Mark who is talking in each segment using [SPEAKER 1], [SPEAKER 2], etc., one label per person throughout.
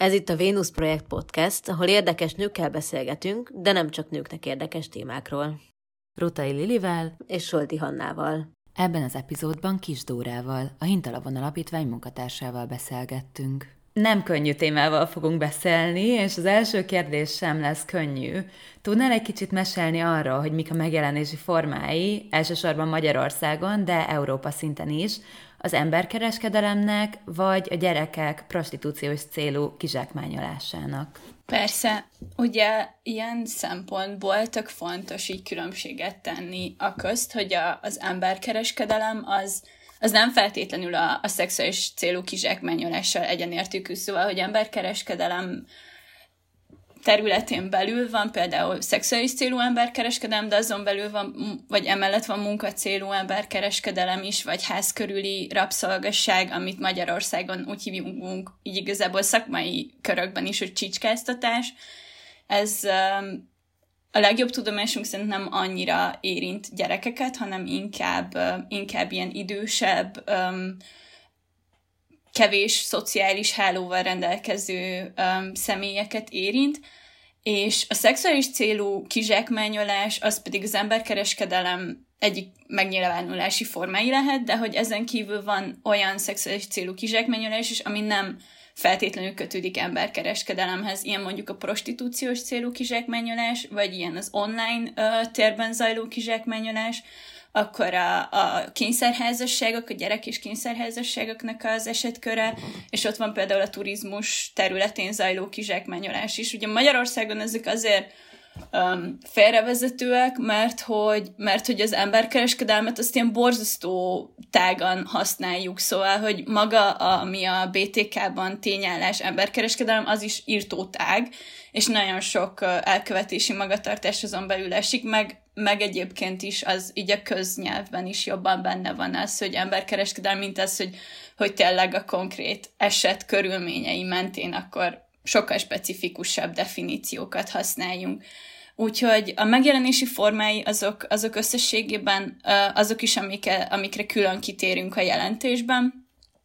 [SPEAKER 1] Ez itt a Vénusz Projekt Podcast, ahol érdekes nőkkel beszélgetünk, de nem csak nőknek érdekes témákról.
[SPEAKER 2] Rutai Lilivel
[SPEAKER 1] és Solti Hannával.
[SPEAKER 2] Ebben az epizódban Kis Dórával, a Hintalavon Alapítvány munkatársával beszélgettünk. Nem könnyű témával fogunk beszélni, és az első kérdés sem lesz könnyű. Tudnál egy kicsit mesélni arról, hogy mik a megjelenési formái, elsősorban Magyarországon, de Európa szinten is, az emberkereskedelemnek, vagy a gyerekek prostitúciós célú kizsákmányolásának?
[SPEAKER 3] Persze, ugye ilyen szempontból tök fontos így különbséget tenni a közt, hogy az emberkereskedelem az nem feltétlenül a szexuális célú kizsákmányolással egyenértékű, szóval, hogy emberkereskedelem területén belül van például szexuális célú emberkereskedelem, de azon belül van, vagy emellett van munkacélú emberkereskedelem is, vagy házkörüli rabszolgasság, amit Magyarországon úgy hívunk, így igazából szakmai körökben is, hogy csicskáztatás. Ez a legjobb tudomásunk szerint nem annyira érint gyerekeket, hanem inkább ilyen idősebb, kevés szociális hálóval rendelkező személyeket érint, és a szexuális célú kizsákmányolás az pedig az emberkereskedelem egyik megnyilvánulási formái lehet, de hogy ezen kívül van olyan szexuális célú kizsákmányolás is, ami nem feltétlenül kötődik emberkereskedelemhez, ilyen mondjuk a prostitúciós célú kizsákmányolás, vagy ilyen az online térben zajló kizsákmányolás, akkor a kényszerházasságok, a gyerek és kényszerházasságoknak az esetköre, és ott van például a turizmus területén zajló kizsákmányolás is. Ugye Magyarországon ezek azért félrevezetőek, mert hogy az emberkereskedelmet azt ilyen borzasztó tágan használjuk, szóval, hogy maga, ami a BTK-ban tényállás emberkereskedelem, az is írtó tág, és nagyon sok elkövetési magatartás azon belül esik, meg egyébként is az így a köznyelvben is jobban benne van az, hogy emberkereskedelem, mint az, hogy tényleg a konkrét eset körülményei mentén akkor sokkal specifikusabb definíciókat használjunk. Úgyhogy a megjelenési formái azok összességében azok is, amikre külön kitérünk a jelentésben,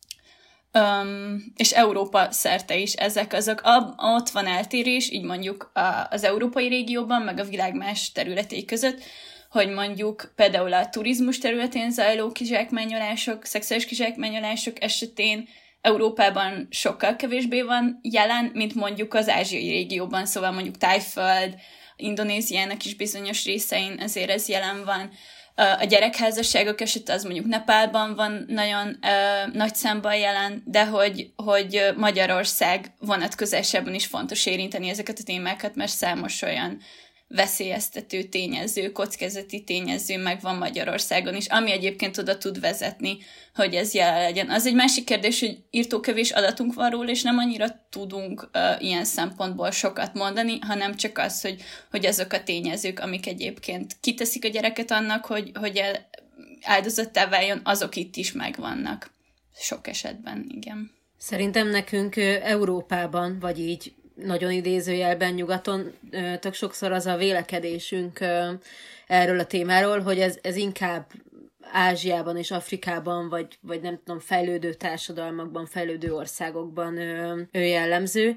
[SPEAKER 3] és Európa szerte is azok. Ott van eltérés, így mondjuk az európai régióban, meg a világ más területei között, hogy mondjuk például a turizmus területén zajló kizsákmányolások, szexuális kizsákmányolások esetén Európában sokkal kevésbé van jelen, mint mondjuk az ázsiai régióban, szóval mondjuk Tájföld, Indonéziának is bizonyos részein ezért ez jelen van. A gyerekházasságok eset az mondjuk Nepálban van nagyon nagy számban jelen, de hogy Magyarország vonatkozásában is fontos érinteni ezeket a témákat, mert számos olyan veszélyeztető tényező, kockázati tényező megvan Magyarországon is, ami egyébként oda tud vezetni, hogy ez jelen legyen. Az egy másik kérdés, hogy írtókevés adatunk van róla, és nem annyira tudunk ilyen szempontból sokat mondani, hanem csak az, hogy azok a tényezők, amik egyébként kiteszik a gyereket annak, hogy áldozattá váljon, azok itt is megvannak. Sok esetben, igen.
[SPEAKER 1] Szerintem nekünk Európában, vagy így nagyon idézőjelben nyugaton tök sokszor az a vélekedésünk erről a témáról, hogy ez inkább Ázsiában és Afrikában, vagy nem tudom, fejlődő társadalmakban, fejlődő országokban jellemző.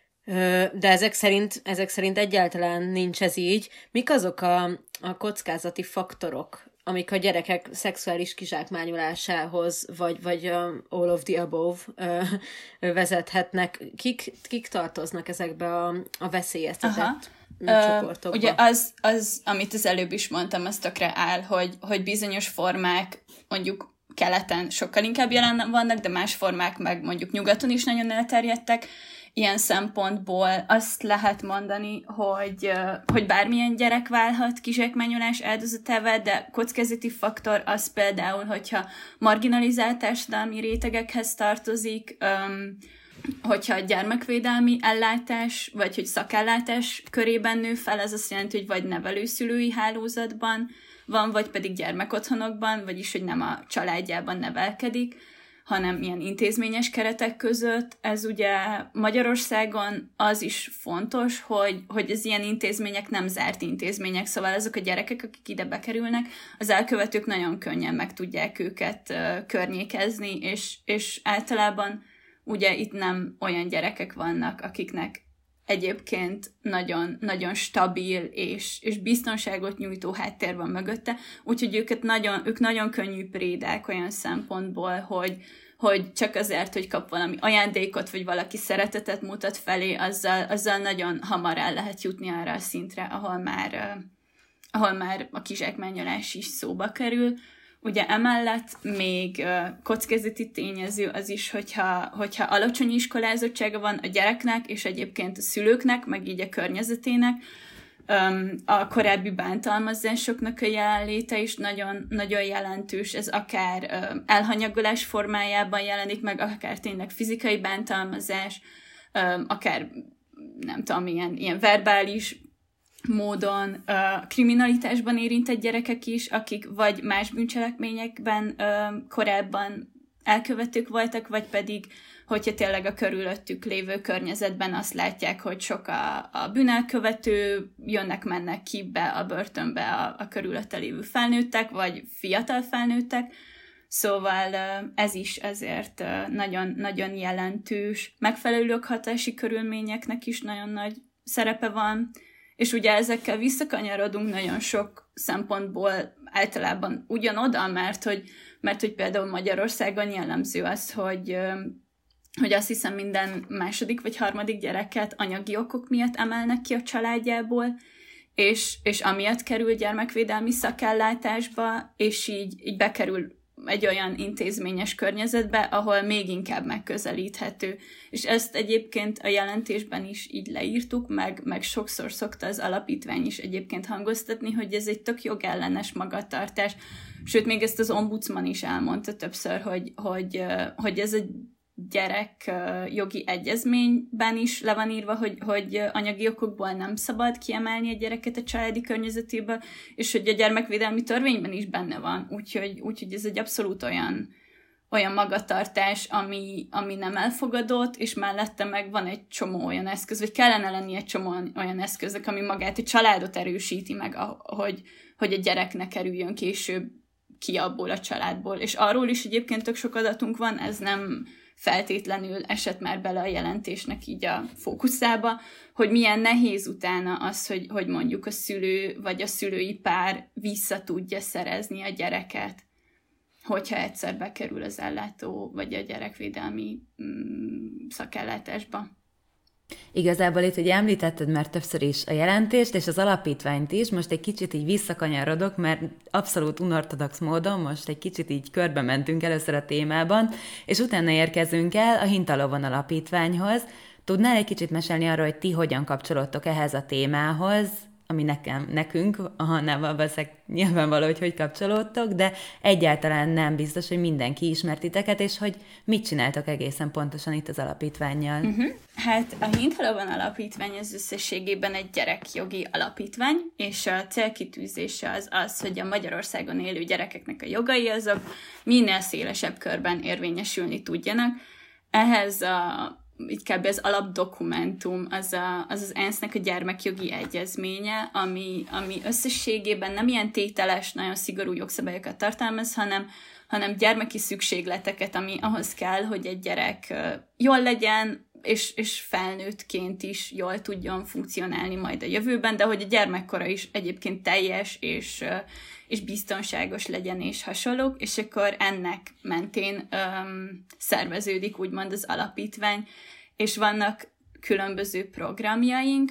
[SPEAKER 1] De ezek szerint egyáltalán nincs ez így. Mik azok a kockázati faktorok, amik a gyerekek szexuális kizsákmányolásához, vagy all of the above vezethetnek? Kik tartoznak ezekbe a veszélyeztetett csoportokba?
[SPEAKER 3] Ugye az, amit az előbb is mondtam, az tökre áll, hogy bizonyos formák mondjuk keleten sokkal inkább jelen vannak, de más formák meg mondjuk nyugaton is nagyon elterjedtek. Ilyen szempontból azt lehet mondani, hogy bármilyen gyerek válhat kizsákmányolás áldozatává, de kockázati faktor az például, hogyha marginalizált társadalmi rétegekhez tartozik, hogyha gyermekvédelmi ellátás, vagy hogy szakellátás körében nő fel, ez azt jelenti, hogy vagy nevelőszülői hálózatban van, vagy pedig gyermekotthonokban, vagyis hogy nem a családjában nevelkedik, hanem ilyen intézményes keretek között. Ez ugye Magyarországon az is fontos, hogy az ilyen intézmények nem zárt intézmények, szóval azok a gyerekek, akik ide bekerülnek, az elkövetők nagyon könnyen meg tudják őket környékezni, és általában ugye itt nem olyan gyerekek vannak, akiknek egyébként nagyon, nagyon stabil és biztonságot nyújtó háttér van mögötte, úgyhogy ők nagyon könnyű prédák olyan szempontból, hogy csak azért, hogy kap valami ajándékot, vagy valaki szeretetet mutat felé, azzal nagyon hamar el lehet jutni arra a szintre, ahol már a kizsákmányolás is szóba kerül. Ugye emellett még kockázati tényező az is, hogyha alacsony iskolázottsága van a gyereknek, és egyébként a szülőknek, meg így a környezetének, a korábbi bántalmazásoknak a jelenléte is nagyon, nagyon jelentős, ez akár elhanyagolás formájában jelenik meg, akár tényleg fizikai bántalmazás, akár nem tudom, ilyen verbális módon kriminalitásban érintett gyerekek is, akik vagy más bűncselekményekben korábban elkövetők voltak, vagy pedig, hogyha tényleg a körülöttük lévő környezetben azt látják, hogy sok a bűnelkövető, jönnek-mennek ki be a börtönbe a körülötte lévő felnőttek, vagy fiatal felnőttek. Szóval ez is ezért nagyon, nagyon jelentős. Megfelelő okhatási körülményeknek is nagyon nagy szerepe van, és ugye ezekkel visszakanyarodunk nagyon sok szempontból általában ugyanoda, mert hogy például Magyarországon jellemző az, hogy azt hiszem minden második vagy harmadik gyereket anyagi okok miatt emelnek ki a családjából, és amiatt kerül gyermekvédelmi szakellátásba, és így bekerül egy olyan intézményes környezetbe, ahol még inkább megközelíthető. És ezt egyébként a jelentésben is így leírtuk, meg sokszor szokta az alapítvány is egyébként hangoztatni, hogy ez egy tök jogellenes magatartás. Sőt, még ezt az ombudsman is elmondta többször, hogy ez egy gyerek jogi egyezményben is le van írva, hogy anyagi okokból nem szabad kiemelni a gyereket a családi környezetéből, és hogy a gyermekvédelmi törvényben is benne van. Úgyhogy ez egy abszolút olyan magatartás, ami nem elfogadott, és mellette meg van egy csomó olyan eszköz, vagy kellene lenni egy csomó olyan eszközök, ami magát a családot erősíti meg, hogy a gyerek ne kerüljön később ki abból a családból. És arról is egyébként tök sok adatunk van, ez nem feltétlenül esett már bele a jelentésnek így a fókuszába, hogy milyen nehéz utána az, hogy mondjuk a szülő vagy a szülői pár vissza tudja szerezni a gyereket, hogyha egyszer bekerül az ellátó vagy a gyerekvédelmi szakellátásba.
[SPEAKER 2] Igazából itt ugye említetted már többször is a jelentést, és az alapítványt is, most egy kicsit így visszakanyarodok, mert abszolút unortodox módon most egy kicsit így körbe mentünk először a témában, és utána érkezünk el a Hintalovon alapítványhoz. Tudnál egy kicsit mesélni arról, hogy ti hogyan kapcsolódtok ehhez a témához, ami nekünk, a Hannával valószínűleg nyilvánvaló, hogy kapcsolódtok, de egyáltalán nem biztos, hogy mindenki ismert titeket, és hogy mit csináltok egészen pontosan itt az alapítvánnyal.
[SPEAKER 3] Hát a Hintalovon alapítvány az összességében egy gyerekjogi alapítvány, és a célkitűzése az, hogy a Magyarországon élő gyerekeknek a jogai azok minél szélesebb körben érvényesülni tudjanak. Ehhez így kb. Az alapdokumentum, az ENSZ-nek a gyermekjogi egyezménye, ami összességében nem ilyen tételes, nagyon szigorú jogszabályokat tartalmaz, hanem gyermeki szükségleteket, ami ahhoz kell, hogy egy gyerek jól legyen, és felnőttként is jól tudjon funkcionálni majd a jövőben, de hogy a gyermekkora is egyébként teljes és biztonságos legyen és hasonlók, és akkor ennek mentén szerveződik úgymond az alapítvány, és vannak különböző programjaink,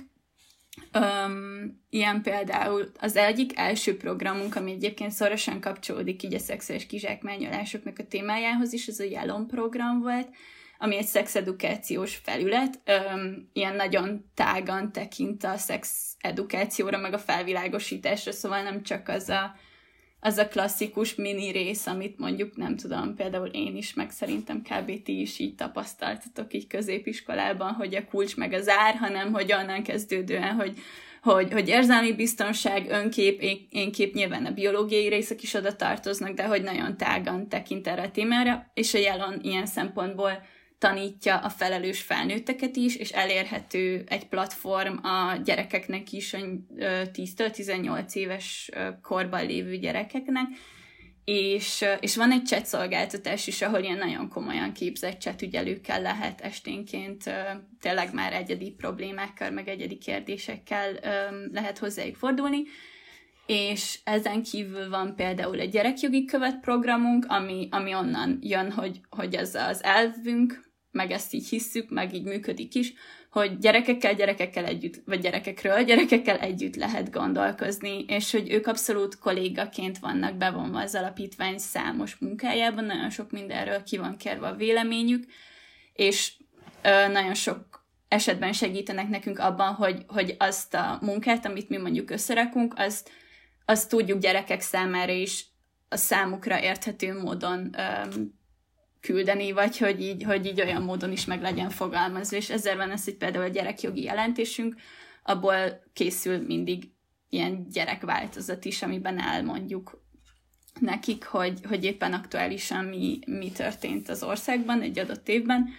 [SPEAKER 3] ilyen például az egyik első programunk, ami egyébként szorosan kapcsolódik így a szexuális kizsákmányolásoknak a témájához is, az a Jelon program volt, ami egy szexedukációs felület, ilyen nagyon tágan tekint a szexedukációra, meg a felvilágosításra, szóval nem csak az a klasszikus mini rész, amit mondjuk, nem tudom, például én is, meg szerintem kb. Ti is így tapasztaltatok így középiskolában, hogy a kulcs meg az ár, hanem hogy onnan kezdődően, hogy érzelmi biztonság, önkép, énkép, nyilván a biológiai részek is oda tartoznak, de hogy nagyon tágan tekint erre a témára, és a Jelon ilyen szempontból tanítja a felelős felnőtteket is, és elérhető egy platform a gyerekeknek is, 10-től 18 éves korban lévő gyerekeknek, és van egy chat szolgáltatás is, ahol ilyen nagyon komolyan képzett chatügyelőkkel lehet esténként tényleg már egyedi problémákkal, meg egyedi kérdésekkel lehet hozzájuk fordulni, és ezen kívül van például egy gyerekjogi követprogramunk, ami onnan jön, hogy ez az elvünk, meg ezt így hisszük, meg így működik is, hogy gyerekekkel együtt, vagy gyerekekkel együtt lehet gondolkozni, és hogy ők abszolút kollégaként vannak bevonva az alapítvány számos munkájában, nagyon sok mindenről ki van kérve a véleményük, és nagyon sok esetben segítenek nekünk abban, hogy azt a munkát, amit mi mondjuk összerakunk, azt tudjuk gyerekek számára is a számukra érthető módon küldeni, vagy hogy így olyan módon is meg legyen fogalmazva, és ezzel van ez, hogy például a gyerekjogi jelentésünk, abból készül mindig ilyen gyerekváltozat is, amiben elmondjuk nekik, hogy éppen aktuálisan mi történt az országban egy adott évben.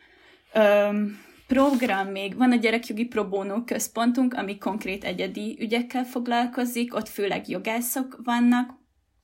[SPEAKER 3] Program még, van a gyerekjogi pro bono központunk, ami konkrét egyedi ügyekkel foglalkozik, ott főleg jogászok vannak,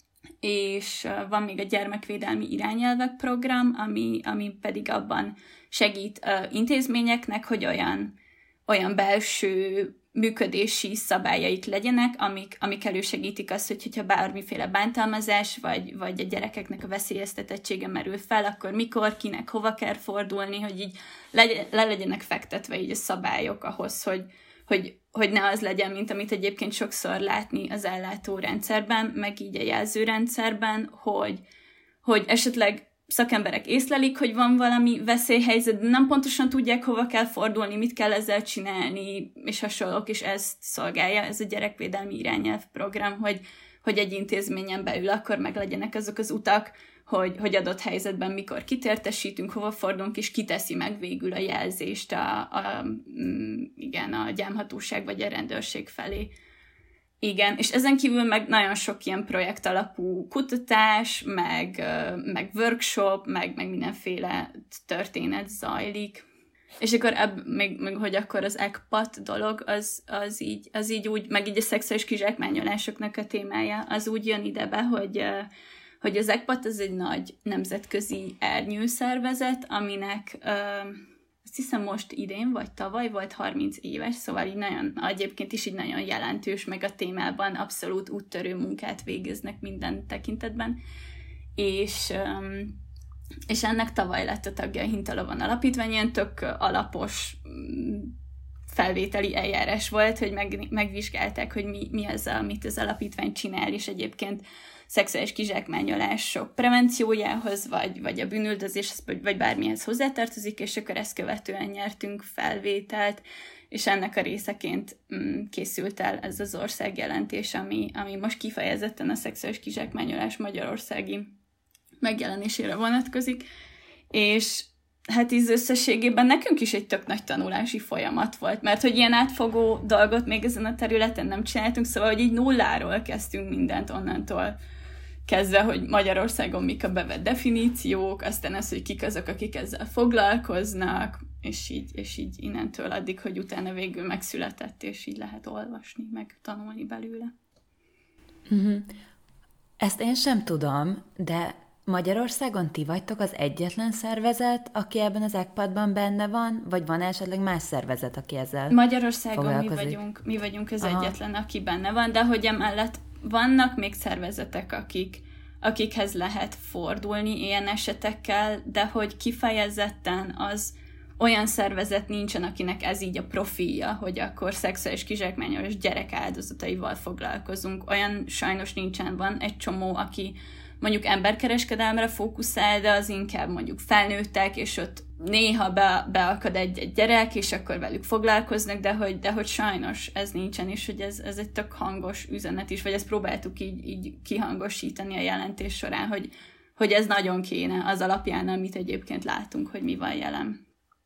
[SPEAKER 3] és van még a gyermekvédelmi irányelvek program, ami pedig abban segít intézményeknek, hogy olyan belső működési szabályaik legyenek, amik elősegítik azt, hogyha bármiféle bántalmazás, vagy a gyerekeknek a veszélyeztetettsége merül fel, akkor mikor, kinek, hova kell fordulni, hogy így le legyenek fektetve így a szabályok ahhoz, hogy ne az legyen, mint amit egyébként sokszor látni az ellátórendszerben, meg így a jelzőrendszerben, hogy esetleg szakemberek észlelik, hogy van valami veszélyhelyzet, de nem pontosan tudják, hova kell fordulni, mit kell ezzel csinálni, és hasonlók, és ezt szolgálja ez a gyerekvédelmi irányelv program, hogy egy intézményen belül akkor meg legyenek azok az utak, hogy adott helyzetben mikor kitértesítünk, hova fordulunk, és kiteszi meg végül a jelzést a gyámhatóság vagy a rendőrség felé. Igen, és ezen kívül meg nagyon sok ilyen projekt alapú kutatás, meg workshop, meg mindenféle történet zajlik. És akkor még hogy akkor az ECPAT dolog, az így úgy, meg így a szexuális kizsákmányolásoknak a témája, az úgy jön idebe, hogy az ECPAT az egy nagy nemzetközi ernyőszervezet, aminek azt hiszem most idén, vagy tavaly volt 30 éves, szóval így nagyon, egyébként is így nagyon jelentős, meg a témában abszolút úttörő munkát végeznek minden tekintetben. És ennek tavaly lett a tagja a Hintalovon Alapítvány, ilyen tök alapos felvételi eljárás volt, hogy megvizsgálták, hogy mi az, amit az alapítvány csinál, és egyébként szexuális kizsákmányolások prevenciójához, vagy a bűnüldözéshez, vagy bármihez hozzátartozik, és akkor ezt követően nyertünk felvételt, és ennek a részeként készült el ez az országjelentés, ami most kifejezetten a szexuális kizsákmányolás magyarországi megjelenésére vonatkozik, és hát így összességében nekünk is egy tök nagy tanulási folyamat volt, mert hogy ilyen átfogó dolgot még ezen a területen nem csináltunk, szóval hogy így nulláról kezdtünk mindent onnantól kezdve, hogy Magyarországon mik a bevett definíciók, aztán az, hogy kik azok, akik ezzel foglalkoznak, és így innentől addig, hogy utána végül megszületett, és így lehet olvasni, meg tanulni belőle.
[SPEAKER 2] Uh-huh. Ezt én sem tudom, de Magyarországon ti vagytok az egyetlen szervezet, aki ebben az ECPAT-ban benne van, vagy van esetleg más szervezet, aki ezzel
[SPEAKER 3] Magyarországon mi vagyunk az egyetlen, aki benne van, de hogy emellett vannak még szervezetek, akikhez lehet fordulni ilyen esetekkel, de hogy kifejezetten az olyan szervezet nincsen, akinek ez így a profilja, hogy akkor szexuális kizsákmányolás gyerek áldozataival foglalkozunk. Olyan sajnos nincsen, van egy csomó, aki mondjuk emberkereskedelemre fókuszál, de az inkább mondjuk felnőttek, és ott néha beakad egy gyerek, és akkor velük foglalkoznak, de hogy sajnos ez nincsen, és hogy ez egy tök hangos üzenet is, vagy ezt próbáltuk így kihangosítani a jelentés során, hogy ez nagyon kéne az alapján, amit egyébként látunk, hogy mi van jelen.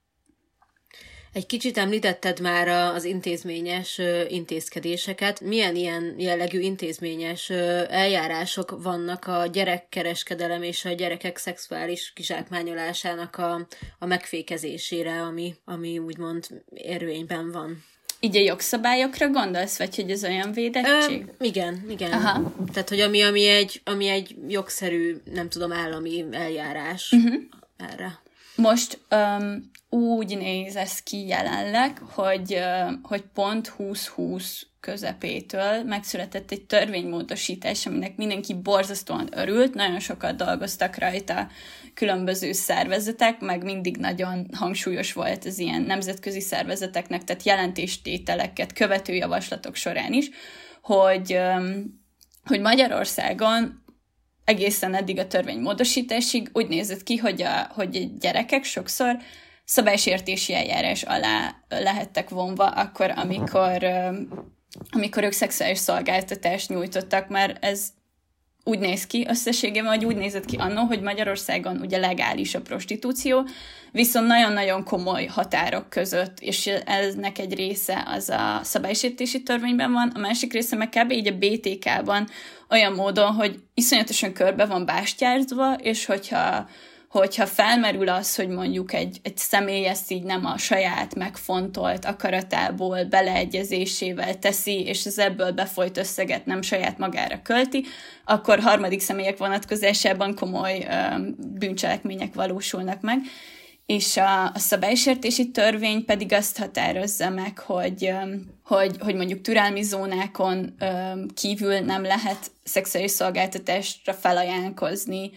[SPEAKER 1] Egy kicsit említetted már az intézményes intézkedéseket. Milyen ilyen jellegű intézményes eljárások vannak a gyerekkereskedelem és a gyerekek szexuális kizsákmányolásának a megfékezésére, ami úgymond érvényben van?
[SPEAKER 3] így a jogszabályokra gondolsz, vagy hogy ez olyan védettség?
[SPEAKER 1] Igen.
[SPEAKER 3] Aha.
[SPEAKER 1] Tehát, hogy ami egy jogszerű, nem tudom, állami eljárás erre.
[SPEAKER 3] Most úgy néz ez ki jelenleg, hogy pont 2020 közepétől megszületett egy törvénymódosítás, aminek mindenki borzasztóan örült, nagyon sokat dolgoztak rajta különböző szervezetek, meg mindig nagyon hangsúlyos volt az ilyen nemzetközi szervezeteknek, tehát jelentéstételeket követő javaslatok során is, hogy Magyarországon egészen eddig a törvénymódosításig úgy nézett ki, hogy a gyerekek sokszor szabálysértési eljárás alá lehettek vonva akkor, amikor ők szexuális szolgáltatást nyújtottak, mert ez úgy néz ki összességében, vagy úgy nézett ki annó, hogy Magyarországon ugye legális a prostitúció, viszont nagyon-nagyon komoly határok között, és eznek egy része az a szabálysértési törvényben van, a másik része meg kb. Így a BTK-ban olyan módon, hogy iszonyatosan körbe van bástyázva, és hogyha felmerül az, hogy mondjuk egy személy ezt így nem a saját megfontolt akaratából, beleegyezésével teszi, és az ebből befolyt összeget nem saját magára költi, akkor harmadik személyek vonatkozásában komoly bűncselekmények valósulnak meg. És a szabálysértési törvény pedig azt határozza meg, hogy mondjuk türelmi zónákon kívül nem lehet szexuális szolgáltatásra felajánlkozni,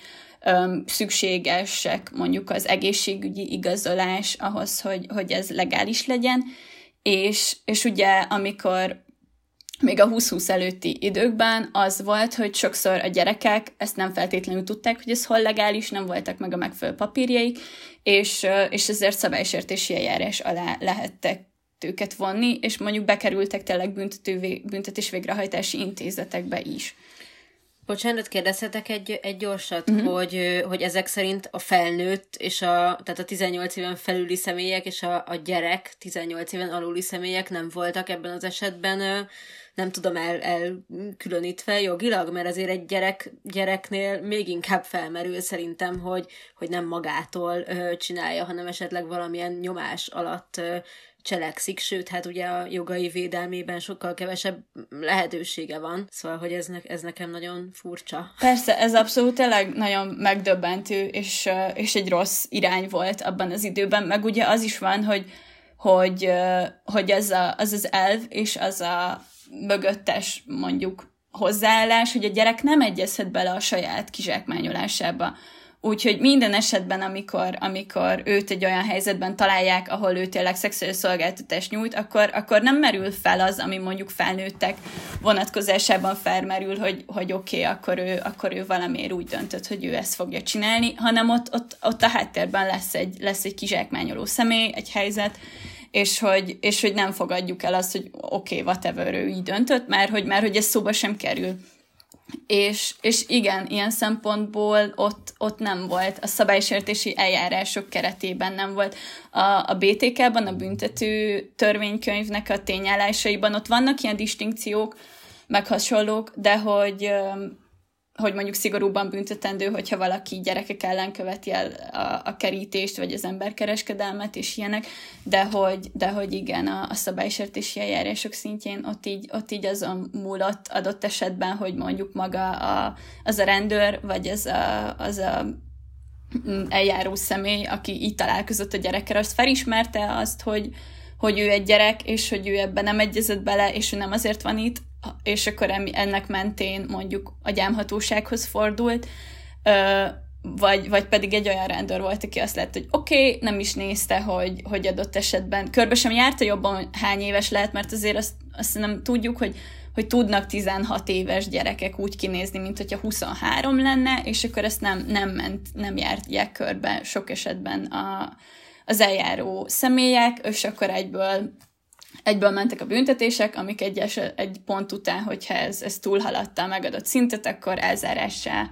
[SPEAKER 3] szükségesek mondjuk az egészségügyi igazolás ahhoz, hogy ez legális legyen, és ugye amikor még a 2020 előtti időkben az volt, hogy sokszor a gyerekek ezt nem feltétlenül tudták, hogy ez hol legális, nem voltak meg a megfelelő papírjaik, és ezért szabálysértési eljárás alá lehettek őket vonni, és mondjuk bekerültek tényleg büntetés végrehajtási intézetekbe is.
[SPEAKER 1] Bocsánat, kérdezhetek egy gyorsat, hogy ezek szerint a felnőtt, tehát a 18 éven felüli személyek és a gyerek 18 éven aluli személyek nem voltak ebben az esetben, nem tudom, elkülönítve jogilag, mert azért egy gyereknél még inkább felmerül szerintem, hogy nem magától csinálja, hanem esetleg valamilyen nyomás alatt cselekszik, sőt, hát ugye a jogai védelmében sokkal kevesebb lehetősége van, szóval, hogy ez nekem nagyon furcsa.
[SPEAKER 3] Persze, ez abszolút tényleg nagyon megdöbbentő, és egy rossz irány volt abban az időben, meg ugye az is van, hogy az az elv, és az a mögöttes mondjuk hozzáállás, hogy a gyerek nem egyezhet bele a saját kizsákmányolásába. Úgyhogy minden esetben, amikor őt egy olyan helyzetben találják, ahol ő tényleg szexuális szolgáltatást nyújt, akkor nem merül fel az, ami mondjuk felnőttek vonatkozásában felmerül, hogy oké, akkor ő valamiért úgy döntött, hogy ő ezt fogja csinálni, hanem ott a háttérben lesz egy kizsákmányoló személy, egy helyzet, és hogy nem fogadjuk el azt, hogy oké, whatever, ő így döntött, mert hogy ez szóba sem kerül. És igen, ilyen szempontból ott nem volt, a szabálysértési eljárások keretében nem volt. A BTK-ban, a büntető törvénykönyvnek a tényállásaiban ott vannak ilyen distinkciók, meg hasonlók, de hogy mondjuk szigorúban büntetendő, hogyha valaki gyerekek ellen követi el a kerítést, vagy az emberkereskedelmet, és ilyenek, de hogy igen, a szabálysértési eljárások szintjén ott így azon múlott adott esetben, hogy mondjuk maga az a rendőr, vagy az a eljáró személy, aki így találkozott a gyerekkel, azt felismerte azt, hogy ő egy gyerek, és hogy ő ebben nem egyezett bele, és ő nem azért van itt, és akkor ennek mentén mondjuk a gyámhatósághoz fordult, vagy pedig egy olyan rendőr volt, aki azt lett, hogy oké, nem is nézte, hogy adott esetben körbe sem járta jobban, hány éves lehet, mert azért azt nem tudjuk, hogy tudnak 16 éves gyerekek úgy kinézni, mint hogyha 23 lenne, és akkor ezt nem járják körbe sok esetben az eljáró személyek, és akkor egyből mentek a büntetések, amik egy pont után, hogyha ez túlhaladta a megadott szintet, akkor elzárássá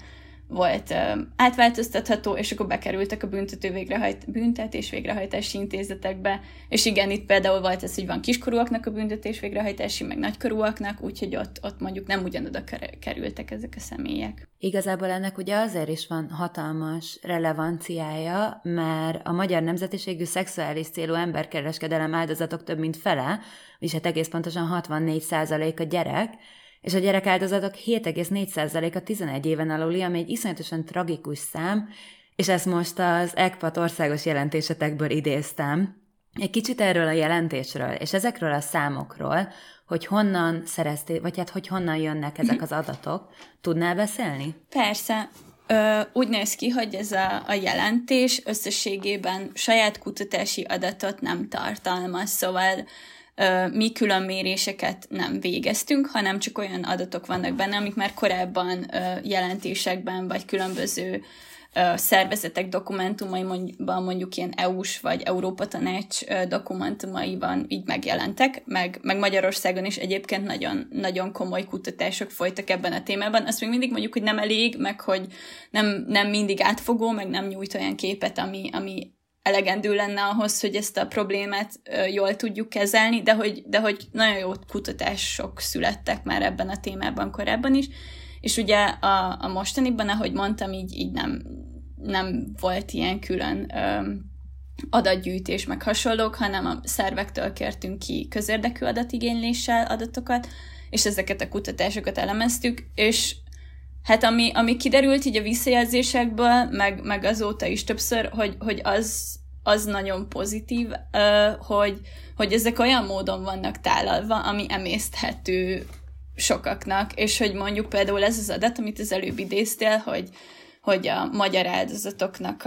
[SPEAKER 3] volt átváltoztatható, és akkor bekerültek a büntetés végrehajtási intézetekbe, és igen, itt például volt ez, hogy van kiskorúaknak a büntetés végrehajtási, meg nagykorúaknak, úgyhogy ott mondjuk nem ugyanoda kerültek ezek a személyek.
[SPEAKER 2] Igazából ennek ugye azért is van hatalmas relevanciája, mert a magyar nemzetiségű szexuális célú emberkereskedelem áldozatok több mint fele, és hát egész pontosan 64% a gyerek, és a gyerekáldozatok 7,4%-a 11 éven aluli, ami egy iszonyatosan tragikus szám, és ezt most az ECPAT országos jelentésetekből idéztem. Egy kicsit erről a jelentésről, és ezekről a számokról, hogy honnan szereztél, vagy hát hogy honnan jönnek ezek az adatok, tudnál beszélni?
[SPEAKER 3] Persze. Úgy néz ki, hogy ez a jelentés összességében saját kutatási adatot nem tartalmaz, szóval mi külön méréseket nem végeztünk, hanem csak olyan adatok vannak benne, amik már korábban jelentésekben, vagy különböző szervezetek dokumentumaiban, mondjuk ilyen EU-s vagy Európa Tanács dokumentumaiban így megjelentek, meg Magyarországon is egyébként nagyon, nagyon komoly kutatások folytak ebben a témában. Azt még mindig mondjuk, hogy nem elég, meg hogy nem mindig átfogó, meg nem nyújt olyan képet, ami elegendő lenne ahhoz, hogy ezt a problémát jól tudjuk kezelni, de hogy nagyon jó kutatások születtek már ebben a témában korábban is, és ugye a mostaniban, ahogy mondtam, így nem volt ilyen külön adatgyűjtés meg hasonlók, hanem a szervektől kértünk ki közérdekű adatigényléssel adatokat, és ezeket a kutatásokat elemeztük, és hát ami kiderült így a visszajelzésekből, meg azóta is többször, hogy az nagyon pozitív, hogy ezek olyan módon vannak tálalva, ami emészthető sokaknak, és hogy mondjuk például ez az adat, amit az előbb idéztél, hogy a magyar áldozatoknak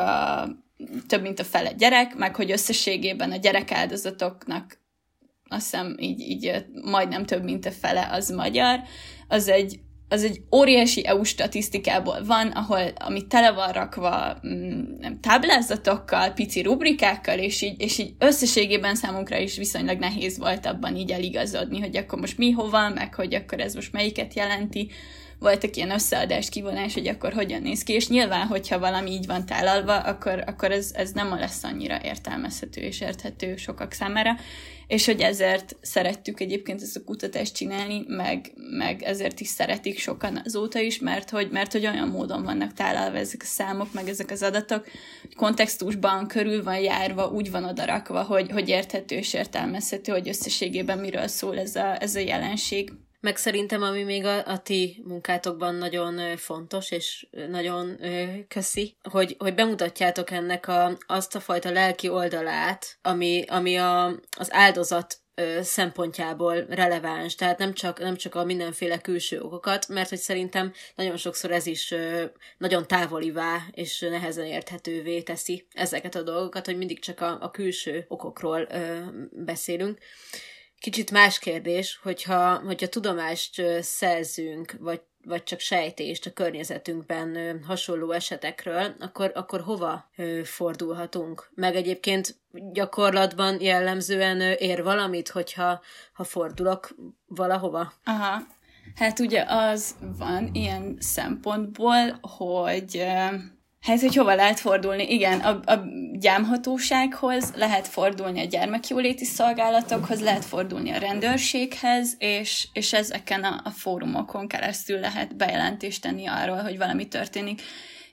[SPEAKER 3] több mint a fele gyerek, meg hogy összességében a gyerekáldozatoknak azt hiszem így majdnem több mint a fele az magyar, az egy óriási EU statisztikából van, ami tele van rakva táblázatokkal, pici rubrikákkal, és így összességében számunkra is viszonylag nehéz volt abban így eligazodni, hogy akkor most mi hova, meg hogy akkor ez most melyiket jelenti. Voltak ilyen összeadás, kivonás, hogy akkor hogyan néz ki, és nyilván, hogyha valami így van tálalva, akkor ez nem lesz annyira értelmezhető és érthető sokak számára, és hogy ezért szerettük egyébként ezt a kutatást csinálni, meg ezért is szeretik sokan azóta is, mert hogy olyan módon vannak tálalva ezek a számok, meg ezek az adatok, hogy kontextusban körül van járva, úgy van odarakva, hogy érthető és értelmezhető, hogy összességében miről szól ez a jelenség.
[SPEAKER 1] Meg szerintem, ami még a ti munkátokban nagyon fontos, és nagyon köszi, hogy bemutatjátok ennek azt a fajta lelki oldalát, ami az áldozat szempontjából releváns, tehát nem csak a mindenféle külső okokat, mert hogy szerintem nagyon sokszor ez is nagyon távolivá és nehezen érthetővé teszi ezeket a dolgokat, hogy mindig csak a külső okokról beszélünk. Kicsit más kérdés, hogyha tudomást szerzünk, vagy csak sejtést a környezetünkben hasonló esetekről, akkor hova fordulhatunk? Meg egyébként gyakorlatban jellemzően ér valamit, hogyha fordulok valahova?
[SPEAKER 3] Aha, hát ugye az van ilyen szempontból, hogy... hogy hova lehet fordulni? Igen, a gyámhatósághoz lehet fordulni, a gyermekjóléti szolgálatokhoz, lehet fordulni a rendőrséghez, és ezeken a fórumokon keresztül lehet bejelentést tenni arról, hogy valami történik.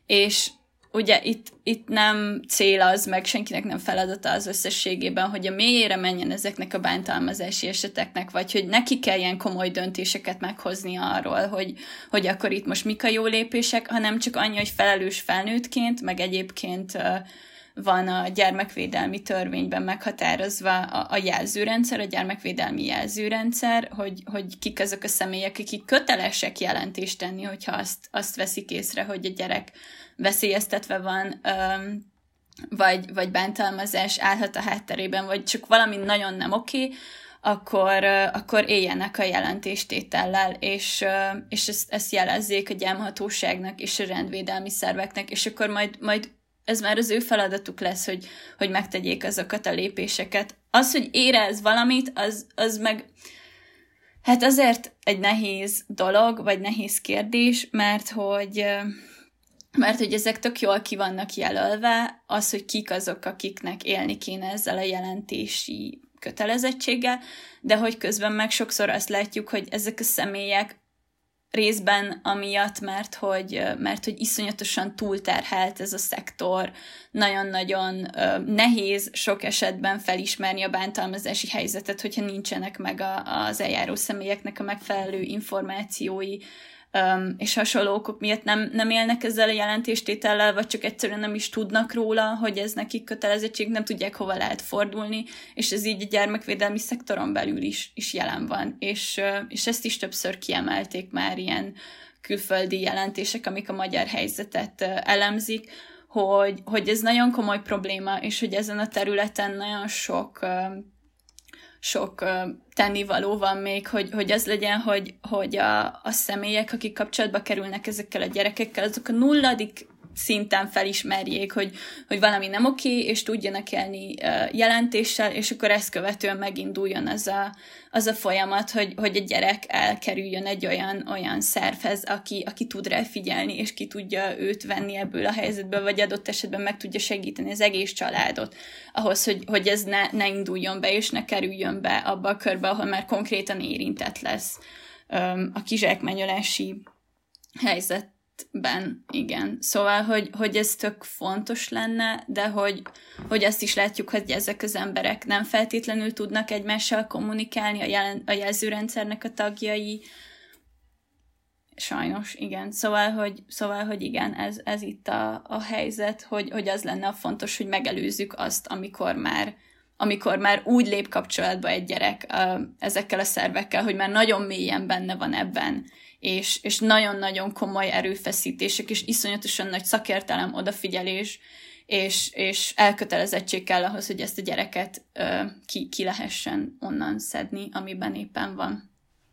[SPEAKER 3] És ugye itt nem cél az, meg senkinek nem feladata az összességében, hogy a mélyére menjen ezeknek a bántalmazási eseteknek, vagy hogy neki kell ilyen komoly döntéseket meghozni arról, hogy akkor itt most mik a jó lépések, hanem csak annyi, hogy felelős felnőttként, meg egyébként van a gyermekvédelmi törvényben meghatározva a jelzőrendszer, a gyermekvédelmi jelzőrendszer, hogy kik azok a személyek, akik kötelesek jelentést tenni, hogyha azt veszik észre, hogy a gyerek veszélyeztetve van, vagy bántalmazás állhat a hátterében, vagy csak valami nagyon nem oké, akkor éljenek a jelentéstétellel, és ezt jelezzék a gyámhatóságnak és a rendvédelmi szerveknek, és akkor majd ez már az ő feladatuk lesz, hogy megtegyék azokat a lépéseket. Az, hogy érez valamit, az meg hát azért egy nehéz dolog, vagy nehéz kérdés, mert hogy mert hogy ezek tök jól ki vannak jelölve, az, hogy kik azok, akiknek élni kéne ezzel a jelentési kötelezettséggel, de hogy közben meg sokszor azt látjuk, hogy ezek a személyek részben amiatt, mert hogy iszonyatosan túlterhelt ez a szektor, nagyon-nagyon nehéz sok esetben felismerni a bántalmazási helyzetet, hogyha nincsenek meg az eljáró személyeknek a megfelelő információi, és hasonló okok miatt nem élnek ezzel a jelentéstétellel, vagy csak egyszerűen nem is tudnak róla, hogy ez nekik kötelezettség, nem tudják, hova lehet fordulni, és ez így a gyermekvédelmi szektoron belül is jelen van. És ezt is többször kiemelték már ilyen külföldi jelentések, amik a magyar helyzetet elemzik, hogy ez nagyon komoly probléma, és hogy ezen a területen nagyon sok tennivaló van még, hogy az legyen, hogy a személyek, akik kapcsolatba kerülnek ezekkel a gyerekekkel, azok a nulladik szinten felismerjék, hogy valami nem oké, és tudjanak élni jelentéssel, és akkor ezt követően meginduljon az a folyamat, hogy a gyerek elkerüljön egy olyan szervhez, aki tud rá figyelni, és ki tudja őt venni ebből a helyzetből, vagy adott esetben meg tudja segíteni az egész családot ahhoz, hogy ez ne induljon be, és ne kerüljön be abba a körbe, ahol már konkrétan érintett lesz a kizsákmányolási helyzet. Igen. Szóval, hogy ez tök fontos lenne, de hogy azt is látjuk, hogy ezek az emberek nem feltétlenül tudnak egymással kommunikálni, a jelzőrendszernek a tagjai. Sajnos, igen. Szóval, hogy igen, ez itt a helyzet, hogy az lenne a fontos, hogy megelőzzük azt, amikor már úgy lép kapcsolatba egy gyerek ezekkel a szervekkel, hogy már nagyon mélyen benne van ebben, és nagyon-nagyon komoly erőfeszítések, és iszonyatosan nagy szakértelem, odafigyelés, és elkötelezettség kell ahhoz, hogy ezt a gyereket ki lehessen onnan szedni, amiben éppen van.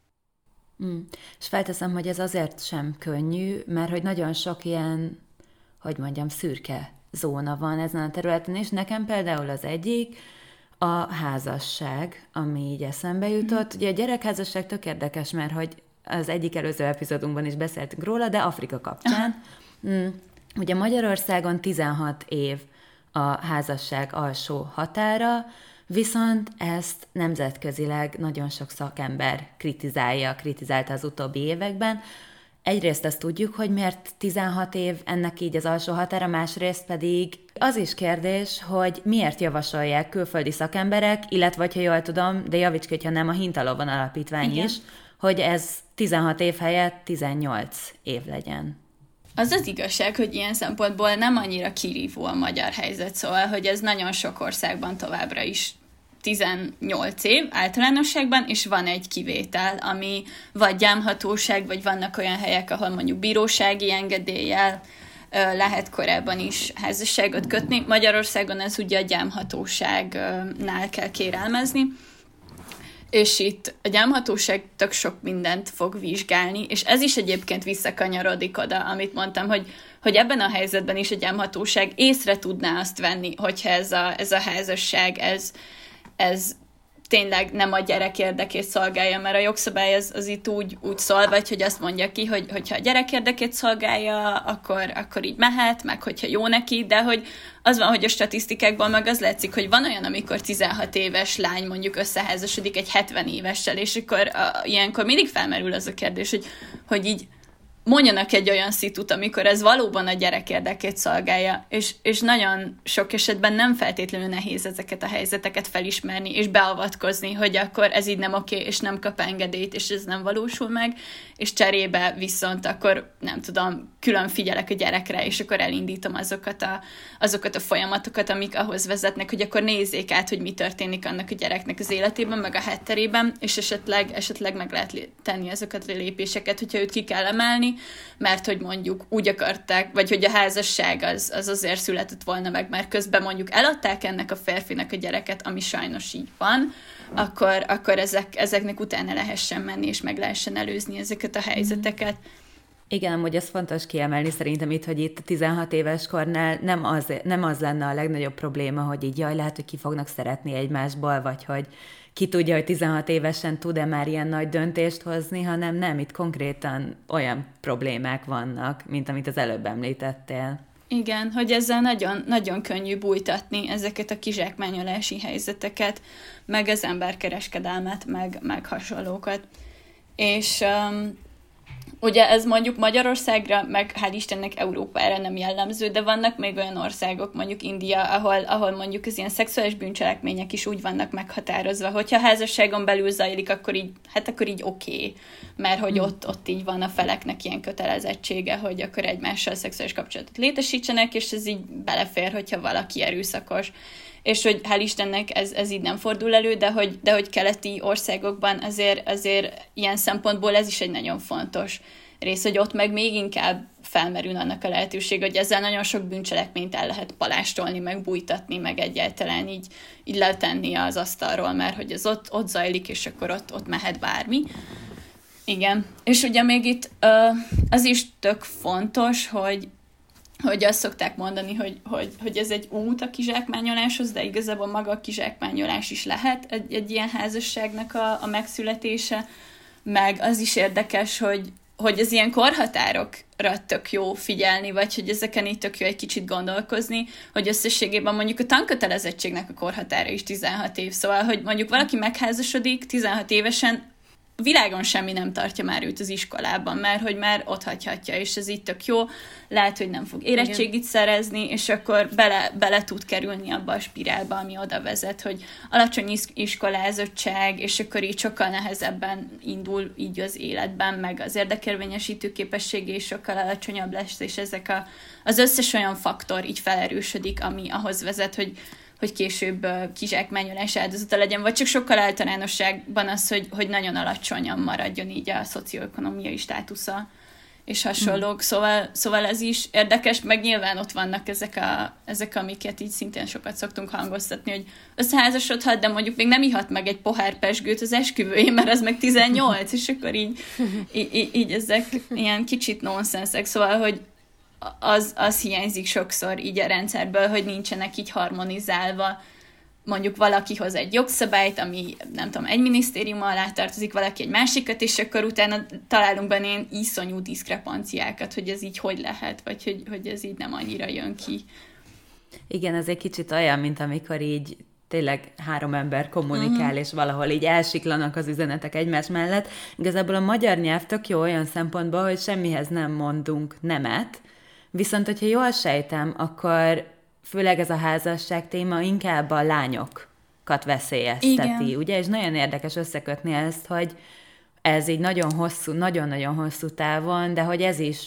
[SPEAKER 2] És felteszem, hogy ez azért sem könnyű, mert hogy nagyon sok ilyen, hogy mondjam, szürke zóna van ezen a területen, és nekem például az egyik a házasság, ami így eszembe jutott. Ugye a gyerekházasság tök érdekes, mert hogy az egyik előző epizódunkban is beszéltünk róla, de Afrika kapcsán. Ugye Magyarországon 16 év a házasság alsó határa, viszont ezt nemzetközileg nagyon sok szakember kritizálta az utóbbi években. Egyrészt azt tudjuk, hogy miért 16 év ennek így az alsó határa, másrészt pedig az is kérdés, hogy miért javasolják külföldi szakemberek, illetve, ha jól tudom, de javíts ki, hogyha nem, a Hintalovon Alapítvány igen. is, hogy ez 16 év helyett 18 év legyen.
[SPEAKER 3] Az az igazság, hogy ilyen szempontból nem annyira kirívó a magyar helyzet, szóval, hogy ez nagyon sok országban továbbra is 18 év általánosságban, és van egy kivétel, ami vagy gyámhatóság, vagy vannak olyan helyek, ahol mondjuk bírósági engedéllyel lehet korábban is házasságot kötni. Magyarországon ez ugye a gyámhatóságnál kell kérelmezni, és itt a gyámhatóság tök sok mindent fog vizsgálni, és ez is egyébként visszakanyarodik oda, amit mondtam, hogy ebben a helyzetben is a gyámhatóság észre tudná azt venni, hogyha ez a házasság, ez tényleg nem a gyerek érdekét szolgálja, mert a jogszabály az itt úgy szól, vagy hogy azt mondja ki, hogyha a gyerek érdekét szolgálja, akkor így mehet, meg hogyha jó neki, de hogy az van, hogy a statisztikákból meg az látszik, hogy van olyan, amikor 16 éves lány mondjuk összeházasodik egy 70 évessel, és akkor ilyenkor mindig felmerül az a kérdés, hogy így mondjanak egy olyan szitut, amikor ez valóban a gyerek érdekét szolgálja, és nagyon sok esetben nem feltétlenül nehéz ezeket a helyzeteket felismerni, és beavatkozni, hogy akkor ez így nem oké, és nem kap engedélyt, és ez nem valósul meg, és cserébe viszont akkor, nem tudom, külön figyelek a gyerekre, és akkor elindítom azokat a folyamatokat, amik ahhoz vezetnek, hogy akkor nézzék át, hogy mi történik annak a gyereknek az életében, meg a hátterében, és esetleg meg lehet tenni azokat a lépéseket, hogyha őt ki kell emelni, mert hogy mondjuk úgy akarták, vagy hogy a házasság az azért született volna meg, mert közben mondjuk eladták ennek a férfinak a gyereket, ami sajnos így van, akkor ezeknek utána lehessen menni, és meg lehessen előzni ezeket a helyzeteket.
[SPEAKER 2] Igen, amúgy ez fontos kiemelni szerintem itt, hogy itt a 16 éves kornál nem az lenne a legnagyobb probléma, hogy így jaj, lehet, hogy ki fognak szeretni egymásból, vagy hogy ki tudja, hogy 16 évesen tud-e már ilyen nagy döntést hozni, hanem nem, itt konkrétan olyan problémák vannak, mint amit az előbb említettél.
[SPEAKER 3] Igen, hogy ezzel nagyon, nagyon könnyű bújtatni ezeket a kizsákmányolási helyzeteket, meg az emberkereskedelmet, meg hasonlókat. És ugye ez mondjuk Magyarországra, meg hál' Istennek Európára nem jellemző, de vannak még olyan országok, mondjuk India, ahol mondjuk az ilyen szexuális bűncselekmények is úgy vannak meghatározva, hogyha házasságon belül zajlik, akkor így oké, mert hogy ott így van a feleknek ilyen kötelezettsége, hogy akkor egymással szexuális kapcsolatot létesítsenek, és ez így belefér, hogyha valaki erőszakos. És hogy hál' Istennek ez így nem fordul elő, de hogy keleti országokban azért ilyen szempontból ez is egy nagyon fontos rész, hogy ott meg még inkább felmerül annak a lehetőség, hogy ezzel nagyon sok bűncselekményt el lehet palástolni, meg bújtatni, meg egyáltalán így letenni az asztalról, mert hogy ez ott zajlik, és akkor ott mehet bármi. Igen. És ugye még itt az is tök fontos, hogy azt szokták mondani, hogy ez egy út a kizsákmányoláshoz, de igazából maga a kizsákmányolás is lehet egy ilyen házasságnak a megszületése, meg az is érdekes, hogy az ilyen korhatárokra tök jó figyelni, vagy hogy ezeken így tök jó egy kicsit gondolkozni, hogy összességében mondjuk a tankötelezettségnek a korhatára is 16 év, szóval, hogy mondjuk valaki megházasodik 16 évesen, világon semmi nem tartja már őt az iskolában, mert hogy már ott hagyhatja, és ez így tök jó, lehet, hogy nem fog érettségit szerezni, és akkor bele tud kerülni abba a spirálba, ami oda vezet, hogy alacsony iskolázottság, és akkor így sokkal nehezebben indul így az életben, meg az érdekérvényesítő képessége is sokkal alacsonyabb lesz, és ezek az összes olyan faktor így felerősödik, ami ahhoz vezet, hogy később kizsákmányolás áldozata legyen, vagy csak sokkal általánosságban az, hogy nagyon alacsonyan maradjon így a szocioekonomiai státusza, és hasonlók. Szóval ez is érdekes, meg nyilván ott vannak ezek, amiket így szintén sokat szoktunk hangoztatni, hogy összeházasodhat, de mondjuk még nem ihat meg egy pohár pezsgőt az esküvőjén, mert az meg 18, és akkor így ezek ilyen kicsit nonsenszek, szóval, hogy az hiányzik sokszor így a rendszerből, hogy nincsenek így harmonizálva. Mondjuk valaki hoz egy jogszabályt, ami nem tudom, egy minisztérium alá tartozik, valaki egy másikat, és akkor utána találunk benne ilyen iszonyú diszkrepanciákat, hogy ez így hogy lehet, vagy hogy ez így nem annyira jön ki.
[SPEAKER 2] Igen, ez egy kicsit olyan, mint amikor így tényleg 3 ember kommunikál, és valahol így elsiklanak az üzenetek egymás mellett. Igazából a magyar nyelv tök jó olyan szempontból, hogy semmihez nem mondunk nemet, viszont, hogyha jól sejtem, akkor főleg ez a házasság téma inkább a lányokat veszélyezteti, igen. Ugye? És nagyon érdekes összekötni ezt, hogy ez így nagyon-nagyon hosszú távon, de hogy ez is,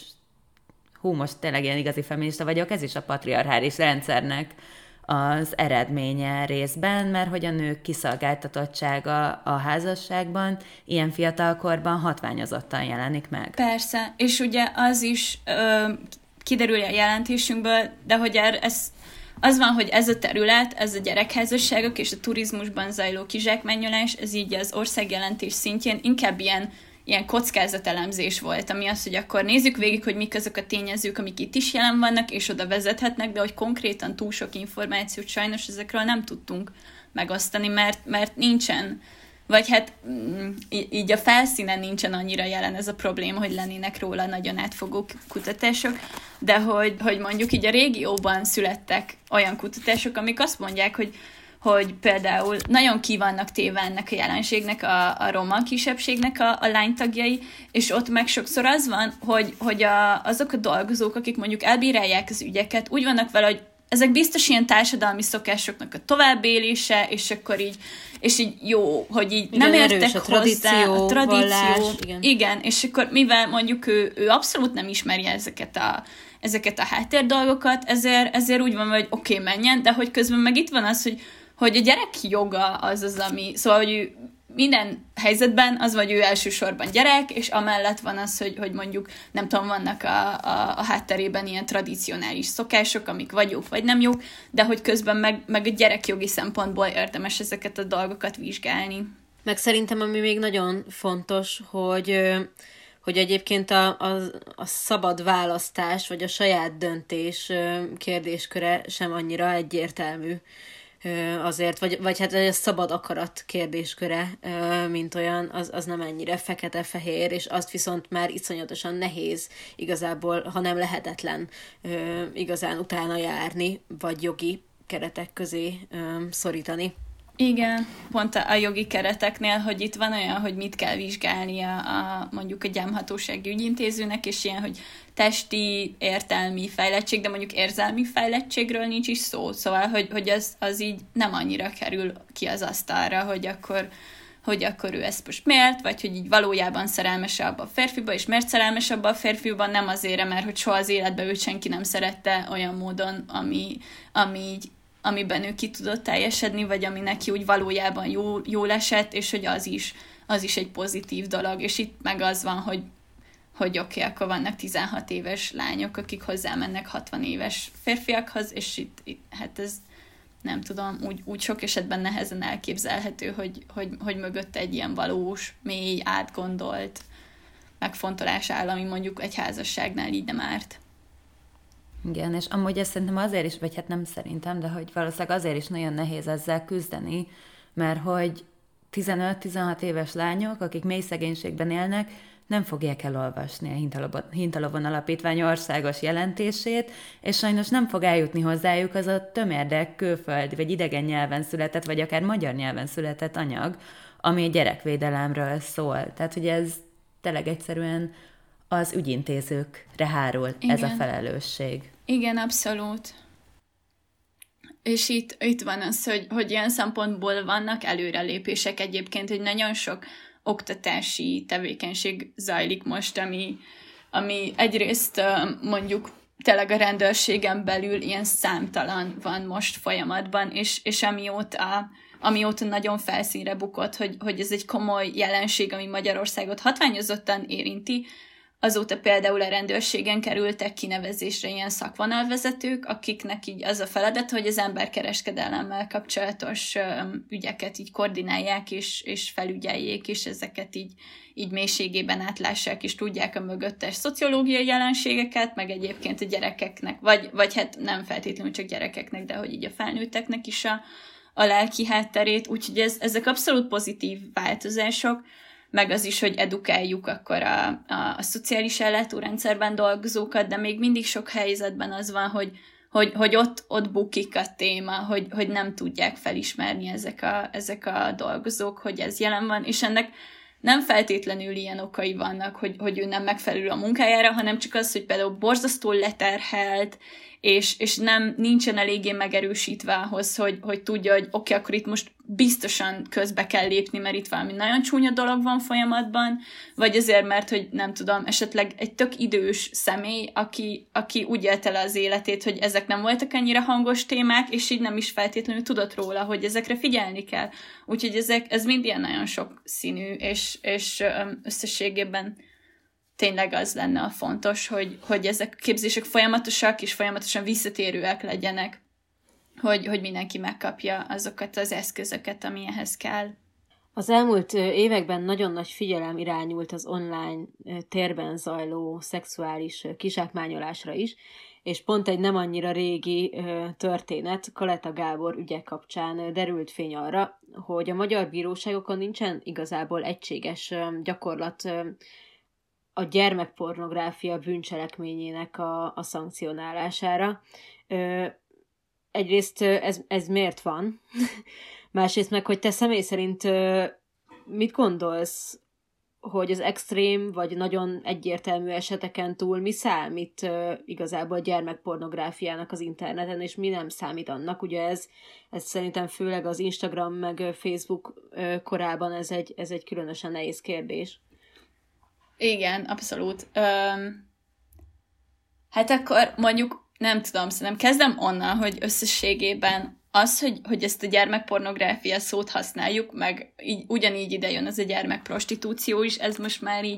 [SPEAKER 2] most tényleg ilyen igazi feminista vagyok, ez is a patriarchális rendszernek az eredménye részben, mert hogy a nők kiszolgáltatottsága a házasságban ilyen fiatalkorban hatványozottan jelenik meg.
[SPEAKER 3] Persze, és ugye az is kiderül a jelentésünkből, de hogy az van, hogy ez a terület, ez a gyerekházasságok és a turizmusban zajló kizsákmányolás, ez így az országjelentés szintjén inkább ilyen kockázatelemzés volt, ami az, hogy akkor nézzük végig, hogy mik azok a tényezők, amik itt is jelen vannak, és oda vezethetnek, de hogy konkrétan túl sok információt sajnos ezekről nem tudtunk megosztani, mert nincsen, vagy hát így a felszínen nincsen annyira jelen ez a probléma, hogy lennének róla nagyon átfogó kutatások, de hogy mondjuk így a régióban születtek olyan kutatások, amik azt mondják, hogy például nagyon ki vannak téve ennek a jelenségnek, a roma kisebbségnek a lánytagjai, és ott meg sokszor az van, hogy azok a dolgozók, akik mondjuk elbírálják az ügyeket, úgy vannak vele, hogy ezek biztos ilyen társadalmi szokásoknak a továbbélése, és akkor így jó, hogy így igen, nem értek hozzá, a tradíció, vallás, igen, és akkor mivel mondjuk ő abszolút nem ismeri ezeket a háttérdolgokat, ezért úgy van, hogy oké, menjen, de hogy közben meg itt van az, hogy a gyerek joga az, ami, szóval, hogy ő minden helyzetben az, vagy ő elsősorban gyerek, és amellett van az, hogy mondjuk, nem tudom, vannak a hátterében ilyen tradicionális szokások, amik vagy jók, vagy nem jók, de hogy közben meg a gyerekjogi szempontból érdemes ezeket a dolgokat vizsgálni.
[SPEAKER 1] Meg szerintem, ami még nagyon fontos, hogy hogy egyébként a szabad választás, vagy a saját döntés kérdésköre sem annyira egyértelmű azért, vagy hát a szabad akarat kérdésköre, mint olyan, az nem ennyire fekete-fehér, és azt viszont már iszonyatosan nehéz igazából, ha nem lehetetlen igazán utána járni, vagy jogi keretek közé szorítani.
[SPEAKER 3] Igen, pont a jogi kereteknél, hogy itt van olyan, hogy mit kell vizsgálnia mondjuk a gyámhatósági ügyintézőnek, és ilyen, hogy testi, értelmi fejlettség, de mondjuk érzelmi fejlettségről nincs is szó, szóval, hogy az így nem annyira kerül ki az asztalra, hogy akkor ő ezt most miért, vagy hogy így valójában szerelmes abba a férfiba, és miért szerelmes abba a férfiban, nem azért, mert hogy soha az életben őt senki nem szerette olyan módon, amiben ő ki tudott teljesedni, vagy ami neki úgy valójában jól esett, és hogy az is egy pozitív dolog. És itt meg az van, hogy oké, akkor vannak 16 éves lányok, akik hozzámennek 60 éves férfiakhoz, és itt hát ez nem tudom, úgy sok esetben nehezen elképzelhető, hogy mögötte egy ilyen valós, mély, átgondolt megfontolás áll, ami mondjuk egy házasságnál így nem árt.
[SPEAKER 2] Igen, és amúgy ezt szerintem azért is, vagy hát nem szerintem, de hogy valószínűleg azért is nagyon nehéz ezzel küzdeni, mert hogy 15-16 éves lányok, akik mély szegénységben élnek, nem fogják elolvasni a Hintalovon Alapítvány országos jelentését, és sajnos nem fog eljutni hozzájuk az a tömérdek külföldi, vagy idegen nyelven született, vagy akár magyar nyelven született anyag, ami a gyerekvédelemről szól. Tehát, hogy ez tényleg egyszerűen az ügyintézőkre hárul. Igen. Ez a felelősség.
[SPEAKER 3] Igen, abszolút. És itt van az, hogy ilyen szempontból vannak előrelépések egyébként, hogy nagyon sok oktatási tevékenység zajlik most, ami egyrészt mondjuk tényleg a rendőrségen belül ilyen számtalan van most folyamatban, és amióta nagyon felszínre bukott, hogy ez egy komoly jelenség, ami Magyarországot hatványozottan érinti, azóta például a rendőrségen kerültek kinevezésre ilyen szakvonalvezetők, akiknek így az a feladat, hogy az emberkereskedelemmel kapcsolatos ügyeket így koordinálják és felügyeljék, és ezeket így mélységében átlássák, és tudják a mögöttes szociológiai jelenségeket, meg egyébként a gyerekeknek, vagy hát nem feltétlenül csak gyerekeknek, de hogy így a felnőtteknek is a lelki hátterét, úgyhogy ezek abszolút pozitív változások, meg az is, hogy edukáljuk akkor a szociális ellátórendszerben dolgozókat, de még mindig sok helyzetben az van, hogy ott bukik a téma, hogy nem tudják felismerni ezek a dolgozók, hogy ez jelen van, és ennek nem feltétlenül ilyen okai vannak, hogy ő nem megfelelő a munkájára, hanem csak az, hogy például borzasztól leterhelt, és nincsen eléggé megerősítve ahhoz, hogy tudja, hogy oké, akkor itt most biztosan közbe kell lépni, mert itt valami nagyon csúnya dolog van folyamatban, vagy azért, mert, hogy nem tudom, esetleg egy tök idős személy, aki úgy élte le az életét, hogy ezek nem voltak ennyire hangos témák, és így nem is feltétlenül tudott róla, hogy ezekre figyelni kell. Úgyhogy ez mind ilyen nagyon sok színű, és összességében tényleg az lenne a fontos, hogy ezek a képzések folyamatosak és folyamatosan visszatérőek legyenek, hogy mindenki megkapja azokat az eszközöket, ami ehhez kell.
[SPEAKER 1] Az elmúlt években nagyon nagy figyelem irányult az online térben zajló szexuális kizsákmányolásra is, és pont egy nem annyira régi történet, Kaleta Gábor ügye kapcsán derült fény arra, hogy a magyar bíróságokon nincsen igazából egységes gyakorlat a gyermekpornográfia bűncselekményének a szankcionálására. Egyrészt ez miért van? Másrészt meg, hogy te személy szerint mit gondolsz, hogy az extrém vagy nagyon egyértelmű eseteken túl mi számít igazából gyermekpornográfiának az interneten, és mi nem számít annak? Ugye ez szerintem főleg az Instagram meg Facebook korában ez egy különösen nehéz kérdés.
[SPEAKER 3] Igen, abszolút. Hát akkor mondjuk, nem tudom, szerintem kezdem onnan, hogy összességében az, hogy ezt a gyermekpornográfia szót használjuk, meg ugyanígy ide jön az a gyermekprostitúció is, ez most már így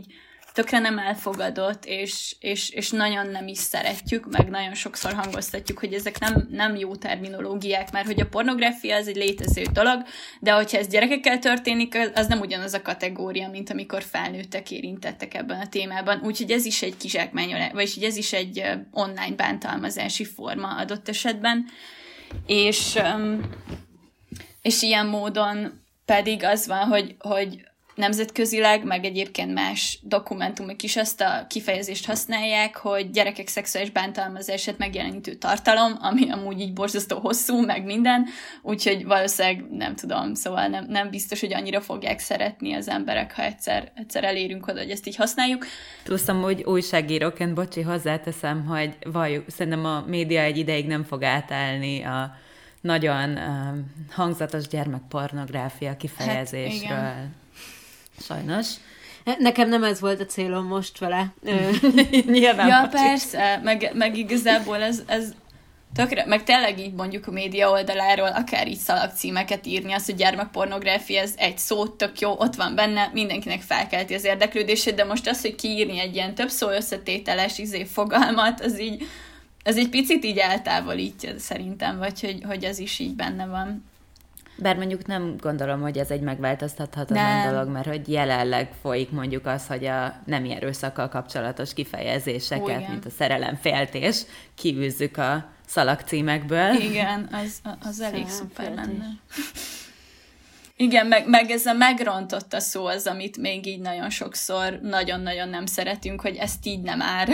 [SPEAKER 3] tökre nem elfogadott, és nagyon nem is szeretjük, meg nagyon sokszor hangoztatjuk, hogy ezek nem jó terminológiák, mert hogy a pornográfia az egy létező dolog, de hogyha ez gyerekekkel történik, az nem ugyanaz a kategória, mint amikor felnőttek érintettek ebben a témában. Úgyhogy ez is egy kizsákmányolás, vagyis ez is egy online bántalmazási forma adott esetben. És ilyen módon pedig az van, hogy nemzetközileg, meg egyébként más dokumentumok is azt a kifejezést használják, hogy gyerekek szexuális bántalmazását megjelenítő tartalom, ami amúgy így borzasztó hosszú, meg minden, úgyhogy valószínűleg nem tudom, szóval nem biztos, hogy annyira fogják szeretni az emberek, ha egyszer elérünk oda, hogy ezt így használjuk.
[SPEAKER 2] Plusz amúgy újságíróként, bocsi, hozzáteszem, hogy szerintem a média egy ideig nem fog átállni a nagyon hangzatos gyermekpornográfia kifejezésről. Hát, sajnos.
[SPEAKER 1] Nekem nem ez volt a célom most vele.
[SPEAKER 3] Nyilván. Ja, persze, meg igazából ez tökre, meg tényleg így mondjuk a média oldaláról akár így szalagcímeket írni, az, hogy gyermekpornográfia, ez egy szó, tök jó, ott van benne, mindenkinek felkelti az érdeklődését, de most az, hogy kiírni egy ilyen több szó összetételes fogalmat, az egy picit így eltávolítja szerintem, vagy hogy az is így benne van.
[SPEAKER 2] Bár mondjuk nem gondolom, hogy ez egy megváltoztathatatlan dolog, mert hogy jelenleg folyik mondjuk az, hogy a nemi erőszakkal kapcsolatos kifejezéseket, mint a szerelemféltés, kivűzzük a szalagcímekből.
[SPEAKER 3] Igen, az elég szuper lenne. Igen, meg ez a megrontott a szó az, amit még így nagyon sokszor nagyon-nagyon nem szeretünk, hogy ezt így nem ár.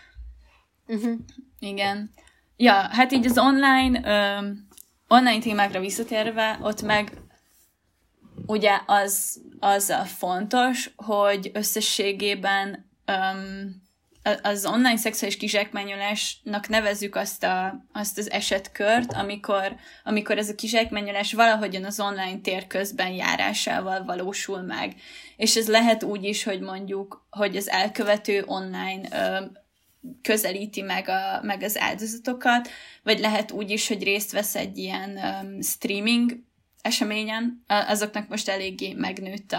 [SPEAKER 3] Igen. Ja, hát így az online témákra visszatérve, ott meg ugye az a fontos, hogy összességében az online szexuális kizsákmányolásnak nevezzük azt az esetkört, amikor ez a kizsákmányolás valahogyan az online tér közben járásával valósul meg. És ez lehet úgy is, hogy mondjuk, hogy az elkövető online közelíti meg az áldozatokat, vagy lehet úgy is, hogy részt vesz egy ilyen streaming eseményen. Azoknak most eléggé megnőtt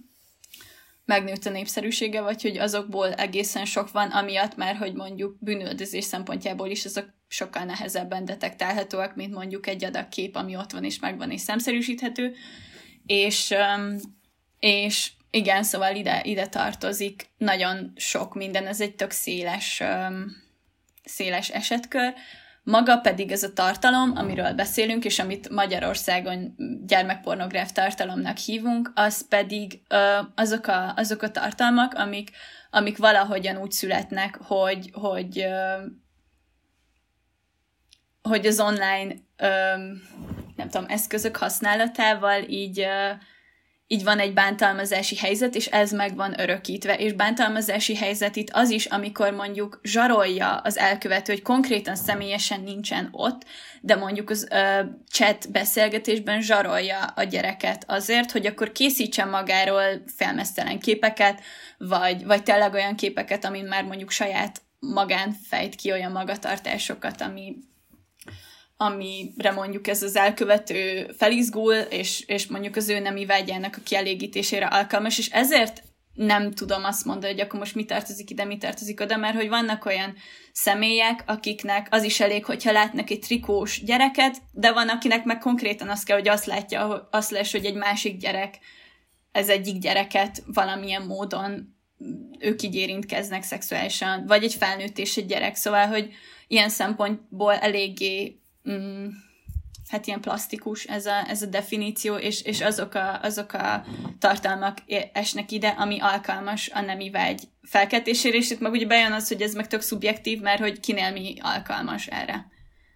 [SPEAKER 3] a népszerűsége, vagy hogy azokból egészen sok van, amiatt már, hogy mondjuk bűnüldözés szempontjából is azok sokkal nehezebben detektálhatóak, mint mondjuk egy adag kép, ami ott van és megvan és számszerűsíthető. És igen, szóval ide tartozik nagyon sok minden, ez egy tök széles esetkör. Maga pedig ez a tartalom, amiről beszélünk, és amit Magyarországon gyermekpornográf tartalomnak hívunk, az pedig azok a tartalmak, amik valahogyan úgy születnek, hogy az online nem tudom, eszközök használatával így van egy bántalmazási helyzet, és ez meg van örökítve. És bántalmazási helyzet itt az is, amikor mondjuk zsarolja az elkövető, hogy konkrétan személyesen nincsen ott, de mondjuk az chat beszélgetésben zsarolja a gyereket azért, hogy akkor készítsen magáról félmeztelen képeket, vagy tényleg olyan képeket, amin már mondjuk saját magán fejt ki olyan magatartásokat, amire mondjuk ez az elkövető felizgul, és mondjuk az ő nemi vágyának a kielégítésére alkalmas, és ezért nem tudom azt mondani, hogy akkor most mi tartozik ide, mi tartozik oda, mert hogy vannak olyan személyek, akiknek az is elég, hogyha látnak egy trikós gyereket, de van, akinek meg konkrétan az kell, hogy azt láss, hogy egy másik gyerek, ez egyik gyereket valamilyen módon ők így érintkeznek szexuálisan, vagy egy felnőtt és egy gyerek, szóval, hogy ilyen szempontból eléggé hát ilyen plastikus ez a definíció, és azok a tartalmak esnek ide, ami alkalmas a nemi vágy felkeltésére, és itt meg ugye bejön az, hogy ez meg tök szubjektív, mert hogy kinél mi alkalmas erre.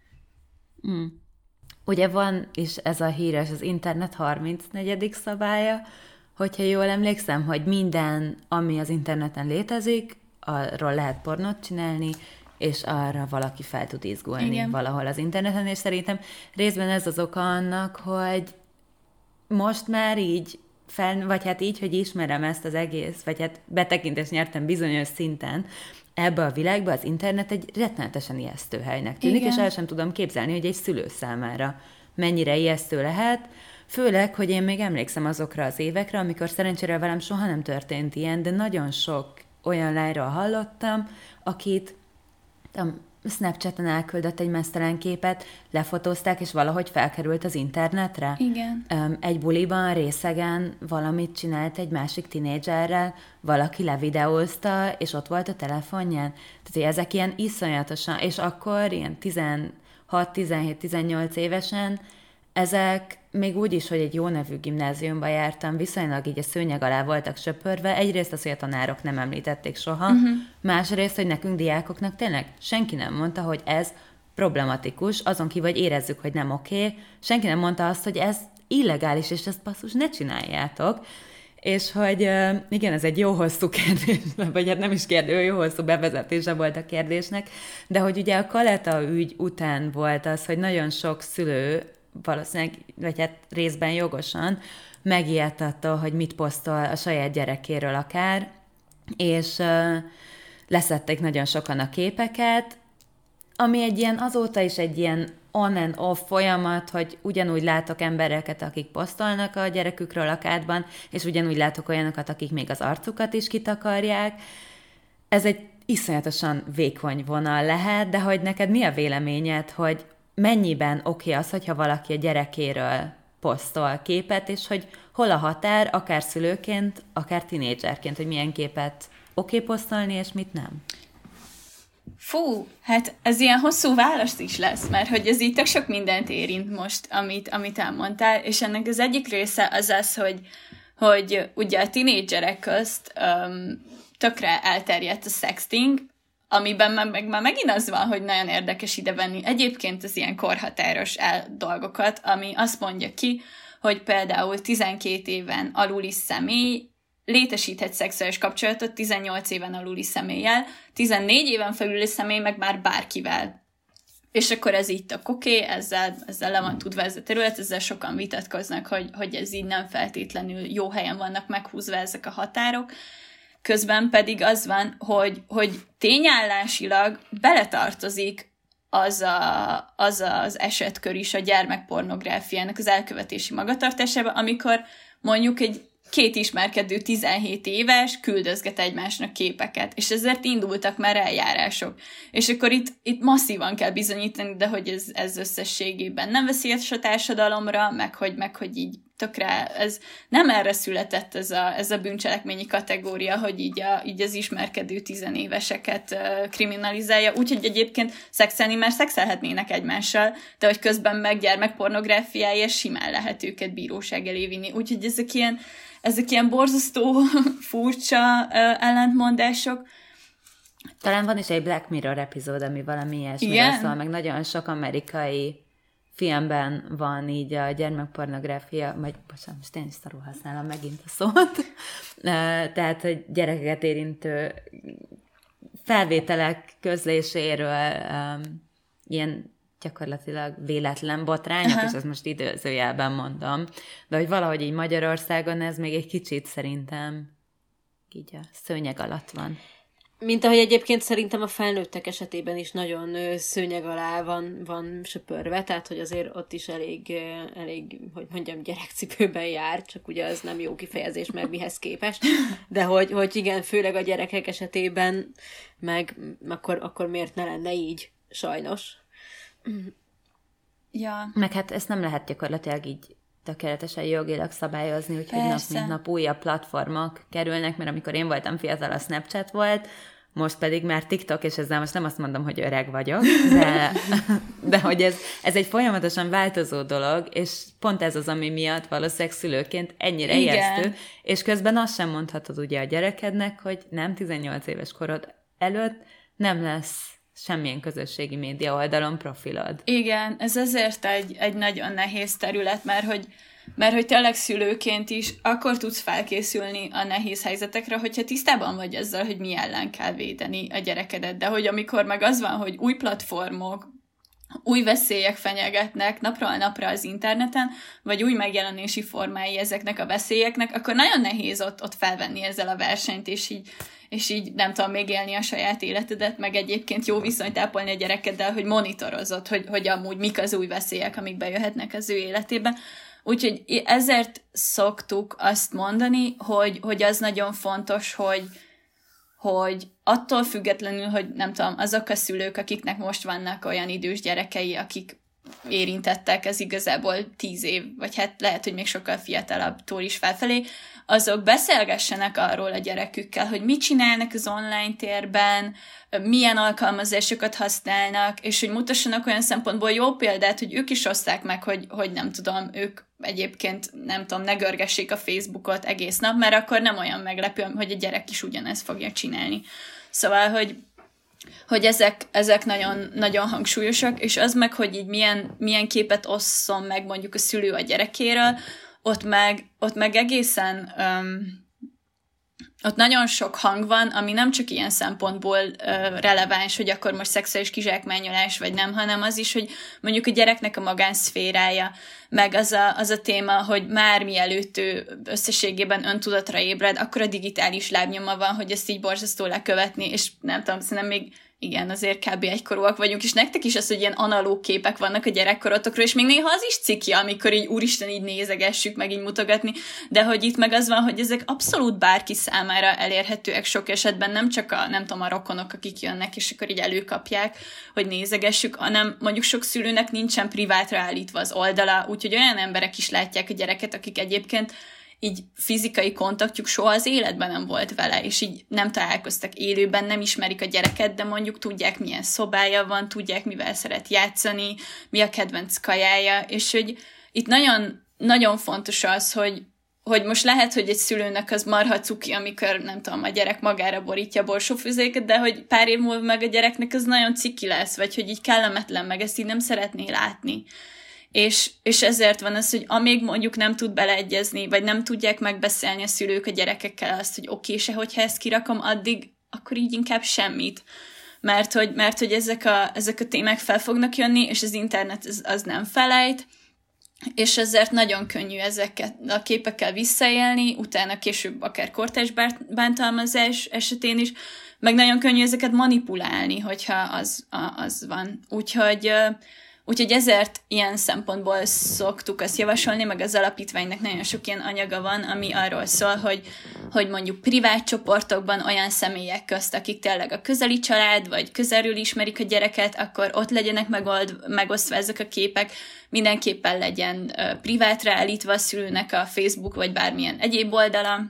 [SPEAKER 2] Ugye van is ez a híres, az internet 34. szabálya, hogyha jól emlékszem, hogy minden, ami az interneten létezik, arról lehet pornót csinálni, és arra valaki fel tud izgulni valahol az interneten, és szerintem részben ez az oka annak, hogy most már így, vagy hát így, hogy ismerem ezt az egész, vagy hát betekintést nyertem bizonyos szinten ebbe a világba, az internet egy rettenetesen ijesztő helynek tűnik, és el sem tudom képzelni, hogy egy szülő számára mennyire ijesztő lehet, főleg, hogy én még emlékszem azokra az évekre, amikor szerencsére velem soha nem történt ilyen, de nagyon sok olyan lányról hallottam, akit Snapchaten elküldött egy meztelen képet, lefotózták, és valahogy felkerült az internetre.
[SPEAKER 3] Igen.
[SPEAKER 2] Egy buliban, részegen valamit csinált egy másik tinédzserrel, valaki levideózta, és ott volt a telefonján. Tehát ezek ilyen iszonyatosan, és akkor ilyen 16-17-18 évesen, ezek még úgy is, hogy egy jó nevű gimnáziumba jártam, viszonylag így a szőnyeg alá voltak söpörve. Egyrészt az, hogy a tanárok nem említették soha, másrészt, hogy nekünk diákoknak tényleg senki nem mondta, hogy ez problematikus, azon kívül, hogy érezzük, hogy nem oké. Senki nem mondta azt, hogy ez illegális, és ezt basszus ne csináljátok. És hogy igen, ez egy jó hosszú kérdés, vagy hát nem is kérdő, jó hosszú bevezetése volt a kérdésnek, de hogy ugye a Kaleta ügy után volt az, hogy nagyon sok szülő valószínűleg, vagy hát részben jogosan megijedt attól, hogy mit posztol a saját gyerekéről akár, és leszették nagyon sokan a képeket, ami egy ilyen, azóta is egy ilyen on and off folyamat, hogy ugyanúgy látok embereket, akik posztolnak a gyerekükről a kádban, és ugyanúgy látok olyanokat, akik még az arcukat is kitakarják. Ez egy iszonyatosan vékony vonal lehet, de hogy neked mi a véleményed, hogy mennyiben oké az, hogyha valaki a gyerekéről posztol képet, és hogy hol a határ, akár szülőként, akár tinédzserként, hogy milyen képet oké posztolni, és mit nem?
[SPEAKER 3] Fú, hát ez ilyen hosszú választ is lesz, mert hogy ez így tök sok mindent érint most, amit elmondtál, és ennek az egyik része az, hogy ugye a tinédzserek közt tökre elterjedt a sexting, amiben meg már megint az van, hogy nagyon érdekes idevenni egyébként az ilyen korhatáros dolgokat, ami azt mondja ki, hogy például 12 éven aluli személy létesíthet szexuális kapcsolatot 18 éven aluli személlyel, 14 éven felüli személy meg már bárkivel. És akkor ez így tök oké, ezzel le van tudva ez a terület, ezzel sokan vitatkoznak, hogy ez így nem feltétlenül jó helyen vannak meghúzva ezek a határok. Közben pedig az van, hogy tényállásilag beletartozik az az esetkör is a gyermekpornográfiának az elkövetési magatartásába, amikor mondjuk egy két ismerkedő 17 éves küldözget egymásnak képeket, és ezért indultak már eljárások. És akkor itt masszívan kell bizonyítani, de hogy ez összességében nem veszélyes a társadalomra, meg hogy így tökre, ez nem erre született ez a bűncselekményi kategória, hogy így az ismerkedő tizenéveseket kriminalizálja, úgyhogy egyébként szexelni már szexelhetnének egymással, de hogy közben meg gyermekpornográfiája simán lehet őket bíróság elé vinni. Úgyhogy ezek ilyen borzasztó, furcsa ellentmondások.
[SPEAKER 2] Talán van is egy Black Mirror epizód, ami valami ilyesmiről szól, meg nagyon sok amerikai filmben van így a gyermekpornográfia, vagy bocsánat, most én is szarul használom megint a szót, tehát a gyerekeket érintő felvételek közléséről ilyen gyakorlatilag véletlen botrányok, és ezt most időzőjelben mondom, de hogy valahogy így Magyarországon ez még egy kicsit szerintem így a szőnyeg alatt van.
[SPEAKER 1] Mint ahogy egyébként szerintem a felnőttek esetében is nagyon szőnyeg alá van söpörve, tehát hogy azért ott is elég, hogy mondjam, gyerekcipőben jár, csak ugye az nem jó kifejezés, mert mihez képest, de hogy igen, főleg a gyerekek esetében, meg akkor miért ne lenne így, sajnos.
[SPEAKER 3] Ja.
[SPEAKER 2] Meg hát ezt nem lehet gyakorlatilag így tökéletesen jogilag szabályozni, úgyhogy nap mint nap újabb platformok kerülnek, mert amikor én voltam fiatal, a Snapchat volt, most pedig már TikTok, és ezzel most nem azt mondom, hogy öreg vagyok, de hogy ez egy folyamatosan változó dolog, és pont ez az, ami miatt valószínűleg szülőként ennyire ijesztő, és közben azt sem mondhatod ugye a gyerekednek, hogy nem 18 éves korod előtt nem lesz semmilyen közösségi média oldalon profilod.
[SPEAKER 3] Igen, ez azért egy nagyon nehéz terület, mert hogy tényleg szülőként is akkor tudsz felkészülni a nehéz helyzetekre, hogyha tisztában vagy azzal, hogy mi ellen kell védeni a gyerekedet, de hogy amikor meg az van, hogy új platformok, új veszélyek fenyegetnek napról napra az interneten, vagy új megjelenési formái ezeknek a veszélyeknek, akkor nagyon nehéz ott felvenni ezzel a versenyt, és így nem tudom még élni a saját életedet, meg egyébként jó viszonyt ápolni a gyerekeddel, hogy monitorozod, hogy amúgy mik az új veszélyek, amik bejöhetnek az ő életébe. Úgyhogy ezért szoktuk azt mondani, hogy az nagyon fontos, hogy attól függetlenül, hogy nem tudom, azok a szülők, akiknek most vannak olyan idős gyerekei, akik érintettek, ez igazából 10 év, vagy hát lehet, hogy még sokkal fiatalabbtól is felfelé, azok beszélgessenek arról a gyerekükkel, hogy mit csinálnak az online térben, milyen alkalmazásokat használnak, és hogy mutassanak olyan szempontból jó példát, hogy ők is oszták meg, hogy nem tudom, ők egyébként, nem tudom, ne görgessék a Facebookot egész nap, mert akkor nem olyan meglepő, hogy a gyerek is ugyanezt fogja csinálni. Szóval, hogy ezek nagyon, nagyon hangsúlyosak, és az meg, hogy így milyen képet osszon meg mondjuk a szülő a gyerekéről, ott meg egészen ott nagyon sok hang van, ami nem csak ilyen szempontból releváns, hogy akkor most szexuális kizsákmányolás vagy nem, hanem az is, hogy mondjuk a gyereknek a magánszférája, meg az a téma, hogy már mielőtt ő összességében öntudatra ébred, akkor a digitális lábnyoma van, hogy ezt így borzasztó lekövetni, és nem tudom, szerintem még igen, azért kb. Egykorúak vagyunk, és nektek is az, hogy ilyen analóg képek vannak a gyerekkorotokról, és még néha az is ciki, amikor így úristen így nézegessük, meg így mutogatni, de hogy itt meg az van, hogy ezek abszolút bárki számára elérhetőek sok esetben, nem csak nem tudom, a rokonok, akik jönnek, és akkor így előkapják, hogy nézegessük, hanem mondjuk sok szülőnek nincsen privátra állítva az oldala, úgyhogy olyan emberek is látják a gyereket, akik egyébként így fizikai kontaktjuk soha az életben nem volt vele, és így nem találkoztak élőben, nem ismerik a gyereket, de mondjuk tudják, milyen szobája van, tudják, mivel szeret játszani, mi a kedvenc kajája, és hogy itt nagyon, nagyon fontos az, hogy most lehet, hogy egy szülőnek az marha cuki, amikor, nem tudom, a gyerek magára borítja a borsófüzéket, de hogy pár év múlva meg a gyereknek az nagyon ciki lesz, vagy hogy így kellemetlen, meg ezt így nem szeretné látni. És ezért van az, hogy amíg mondjuk nem tud beleegyezni, vagy nem tudják megbeszélni a szülők a gyerekekkel azt, hogy oké, se hogyha ezt kirakom, addig akkor így inkább semmit. Mert hogy ezek a témák fel fognak jönni, és az internet az nem felejt, és ezért nagyon könnyű ezeket a képekkel visszaélni, utána később akár kortárs bántalmazás esetén is, meg nagyon könnyű ezeket manipulálni, hogyha az van. Úgyhogy ezért ilyen szempontból szoktuk azt javasolni, meg az alapítványnak nagyon sok ilyen anyaga van, ami arról szól, hogy mondjuk privát csoportokban olyan személyek közt, akik tényleg a közeli család, vagy közelről ismerik a gyereket, akkor ott legyenek megosztva ezek a képek, mindenképpen legyen privátra állítva a szülőnek a Facebook, vagy bármilyen egyéb oldala.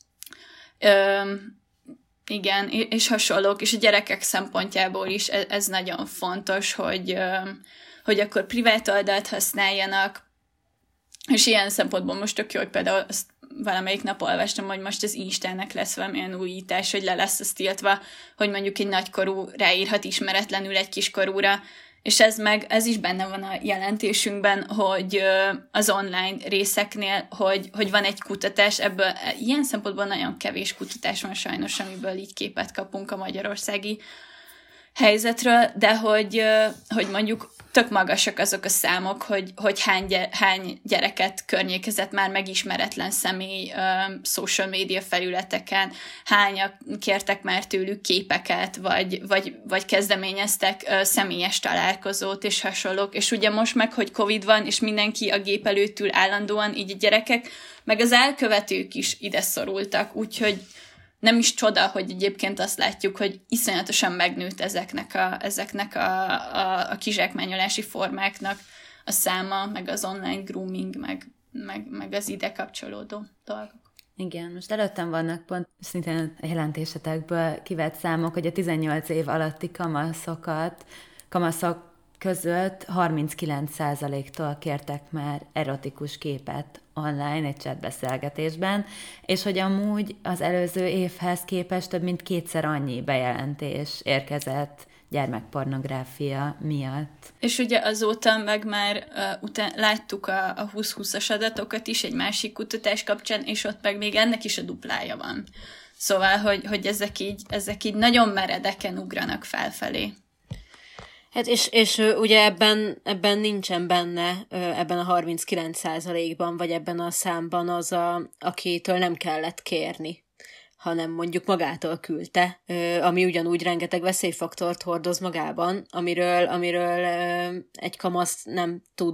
[SPEAKER 3] Igen, és hasonlók, és a gyerekek szempontjából is ez nagyon fontos, hogy akkor privát oldalt használjanak, és ilyen szempontból most tök jó, hogy például azt valamelyik nap olvastam, hogy most az Instának lesz valamilyen újítás, hogy le lesz azt tiltva, hogy mondjuk egy nagykorú ráírhat ismeretlenül egy kiskorúra, és ez is benne van a jelentésünkben, hogy az online részeknél, hogy van egy kutatás, ebből ilyen szempontból nagyon kevés kutatás van sajnos, amiből így képet kapunk a magyarországi helyzetről, de hogy mondjuk tök magasak azok a számok, hogy hány gyereket környékezett már megismeretlen személy social media felületeken, hányak kértek már tőlük képeket, vagy kezdeményeztek személyes találkozót, és hasonlók. És ugye most meg, hogy Covid van, és mindenki a gép előtt ül állandóan, így a gyerekek, meg az elkövetők is ide szorultak, úgyhogy nem is csoda, hogy egyébként azt látjuk, hogy iszonyatosan megnőtt ezeknek a kizsákmányolási formáknak a száma, meg az online grooming, meg az ide kapcsolódó dolgok.
[SPEAKER 2] Igen, most előttem vannak pont szintén a jelentésetekből kivett számok, hogy a 18 év alatti kamaszok között 39%-tól kértek már erotikus képet online egy chatbeszélgetésben, és hogy amúgy az előző évhez képest több mint 2-szer annyi bejelentés érkezett gyermekpornográfia miatt. És
[SPEAKER 3] ugye azóta meg már láttuk a 2020-as adatokat is egy másik kutatás kapcsán, és ott meg még ennek is a duplája van. Szóval, hogy ezek így nagyon meredeken ugranak felfelé.
[SPEAKER 1] Hát és ugye ebben nincsen benne, ebben a 39%-ban, vagy ebben a számban az, akitől nem kellett kérni, hanem mondjuk magától küldte, ami ugyanúgy rengeteg veszélyfaktort hordoz magában, amiről egy kamasz nem tud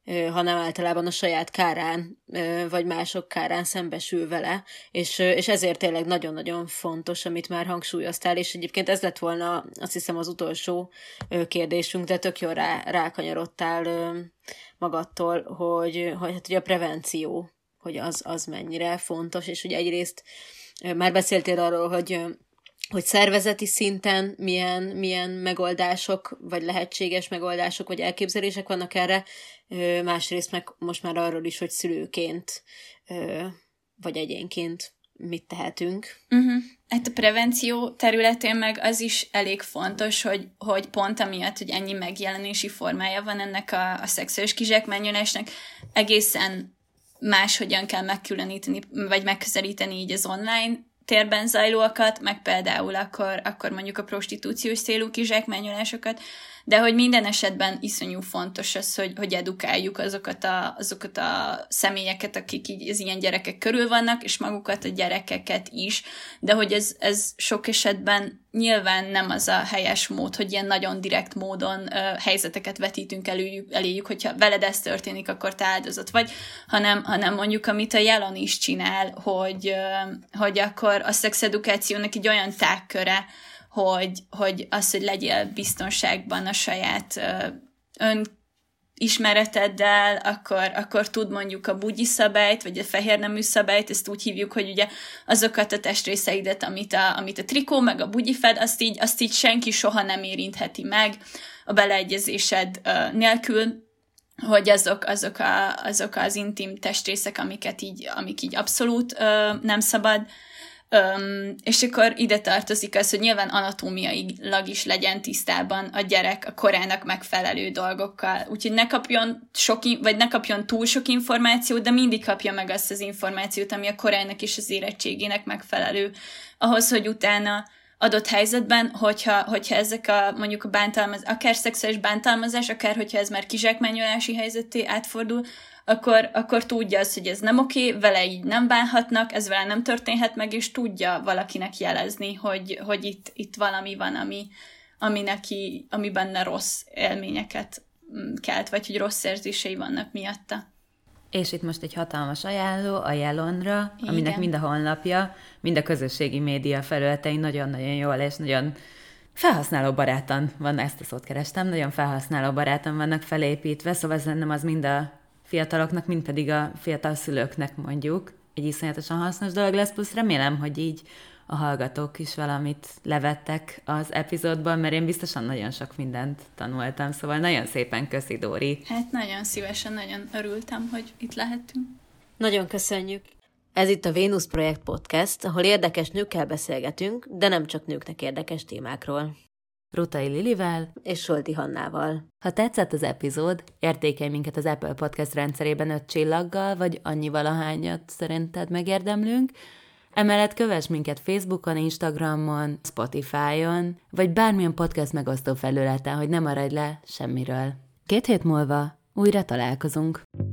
[SPEAKER 1] hanem általában a saját kárán, vagy mások kárán szembesül vele, és ezért tényleg nagyon-nagyon fontos, amit már hangsúlyoztál, és egyébként ez lett volna, azt hiszem, az utolsó kérdésünk, de tök jól rákanyarodtál magadtól, hogy hát ugye a prevenció, hogy az mennyire fontos, és hogy egyrészt már beszéltél arról, hogy szervezeti szinten milyen megoldások, vagy lehetséges megoldások, vagy elképzelések vannak erre, másrészt meg most már arról is, hogy szülőként, vagy egyénként mit tehetünk.
[SPEAKER 3] Hát a prevenció területén meg az is elég fontos, hogy pont amiatt, hogy ennyi megjelenési formája van ennek a szexuális kizsákmányolásnak, egészen máshogyan kell megkülöníteni, vagy megközelíteni így az online térben zajlóakat, meg például akkor mondjuk a prostitúciós célú kizsákmányolásokat, de hogy minden esetben iszonyú fontos az, hogy edukáljuk azokat a személyeket, akik így az ilyen gyerekek körül vannak, és magukat a gyerekeket is, de hogy ez sok esetben nyilván nem az a helyes mód, hogy ilyen nagyon direkt módon helyzeteket vetítünk eléjük, hogyha veled ez történik, akkor te áldozat vagy, hanem mondjuk, amit a Jelon is csinál, hogy akkor a szexedukációnak egy olyan tágköre, hogy az, hogy legyél biztonságban a saját önismereteddel, akkor tud mondjuk a bugyi szabályt, vagy a fehérnemű szabályt, ezt úgy hívjuk, hogy ugye azokat a testrészeidet, amit a trikó, meg a bugyi fed, azt így senki soha nem érintheti meg a beleegyezésed nélkül, hogy azok az intim testrészek, amik így abszolút nem szabad. És akkor ide tartozik az, hogy nyilván anatómiailag is legyen tisztában a gyerek a korának megfelelő dolgokkal. Úgyhogy ne kapjon túl sok információt, de mindig kapja meg azt az információt, ami a korának és az érettségének megfelelő. Ahhoz, hogy utána adott helyzetben, hogyha ezek mondjuk a bántalmazás, akár szexuális bántalmazás, akár hogyha ez már kizsákmányolási helyzetté átfordul, akkor tudja az, hogy ez nem oké, vele így nem bánhatnak, ez vele nem történhet meg, és tudja valakinek jelezni, hogy itt valami van, ami benne rossz élményeket kelt, vagy hogy rossz érzései vannak miatta.
[SPEAKER 2] És itt most egy hatalmas ajánló a Jelonra, aminek mind a honlapja, mind a közösségi média felületein nagyon-nagyon jól és nagyon felhasználóbarátan van, ezt a szót kerestem, nagyon felhasználóbarátan vannak felépítve, szóval szerintem az mind a fiataloknak, mind pedig a fiatal szülőknek mondjuk egy iszonyatosan hasznos dolog lesz, plusz remélem, hogy így a hallgatók is valamit levettek az epizódban, mert én biztosan nagyon sok mindent tanultam, szóval nagyon szépen köszi, Dóri.
[SPEAKER 3] Hát nagyon szívesen, nagyon örültem, hogy itt lehetünk.
[SPEAKER 1] Nagyon köszönjük. Ez itt a Vénusz Projekt Podcast, ahol érdekes nőkkel beszélgetünk, de nem csak nőknek érdekes témákról.
[SPEAKER 2] Rutai Lilivel
[SPEAKER 1] és Solti Hannával.
[SPEAKER 2] Ha tetszett az epizód, értékelj minket az Apple Podcast rendszerében 5 csillaggal, vagy annyi valahányat szerinted megérdemlünk. Emellett kövess minket Facebookon, Instagramon, Spotify-on, vagy bármilyen podcast megosztó felületen, hogy ne maradj le semmiről. 2 hét múlva újra találkozunk.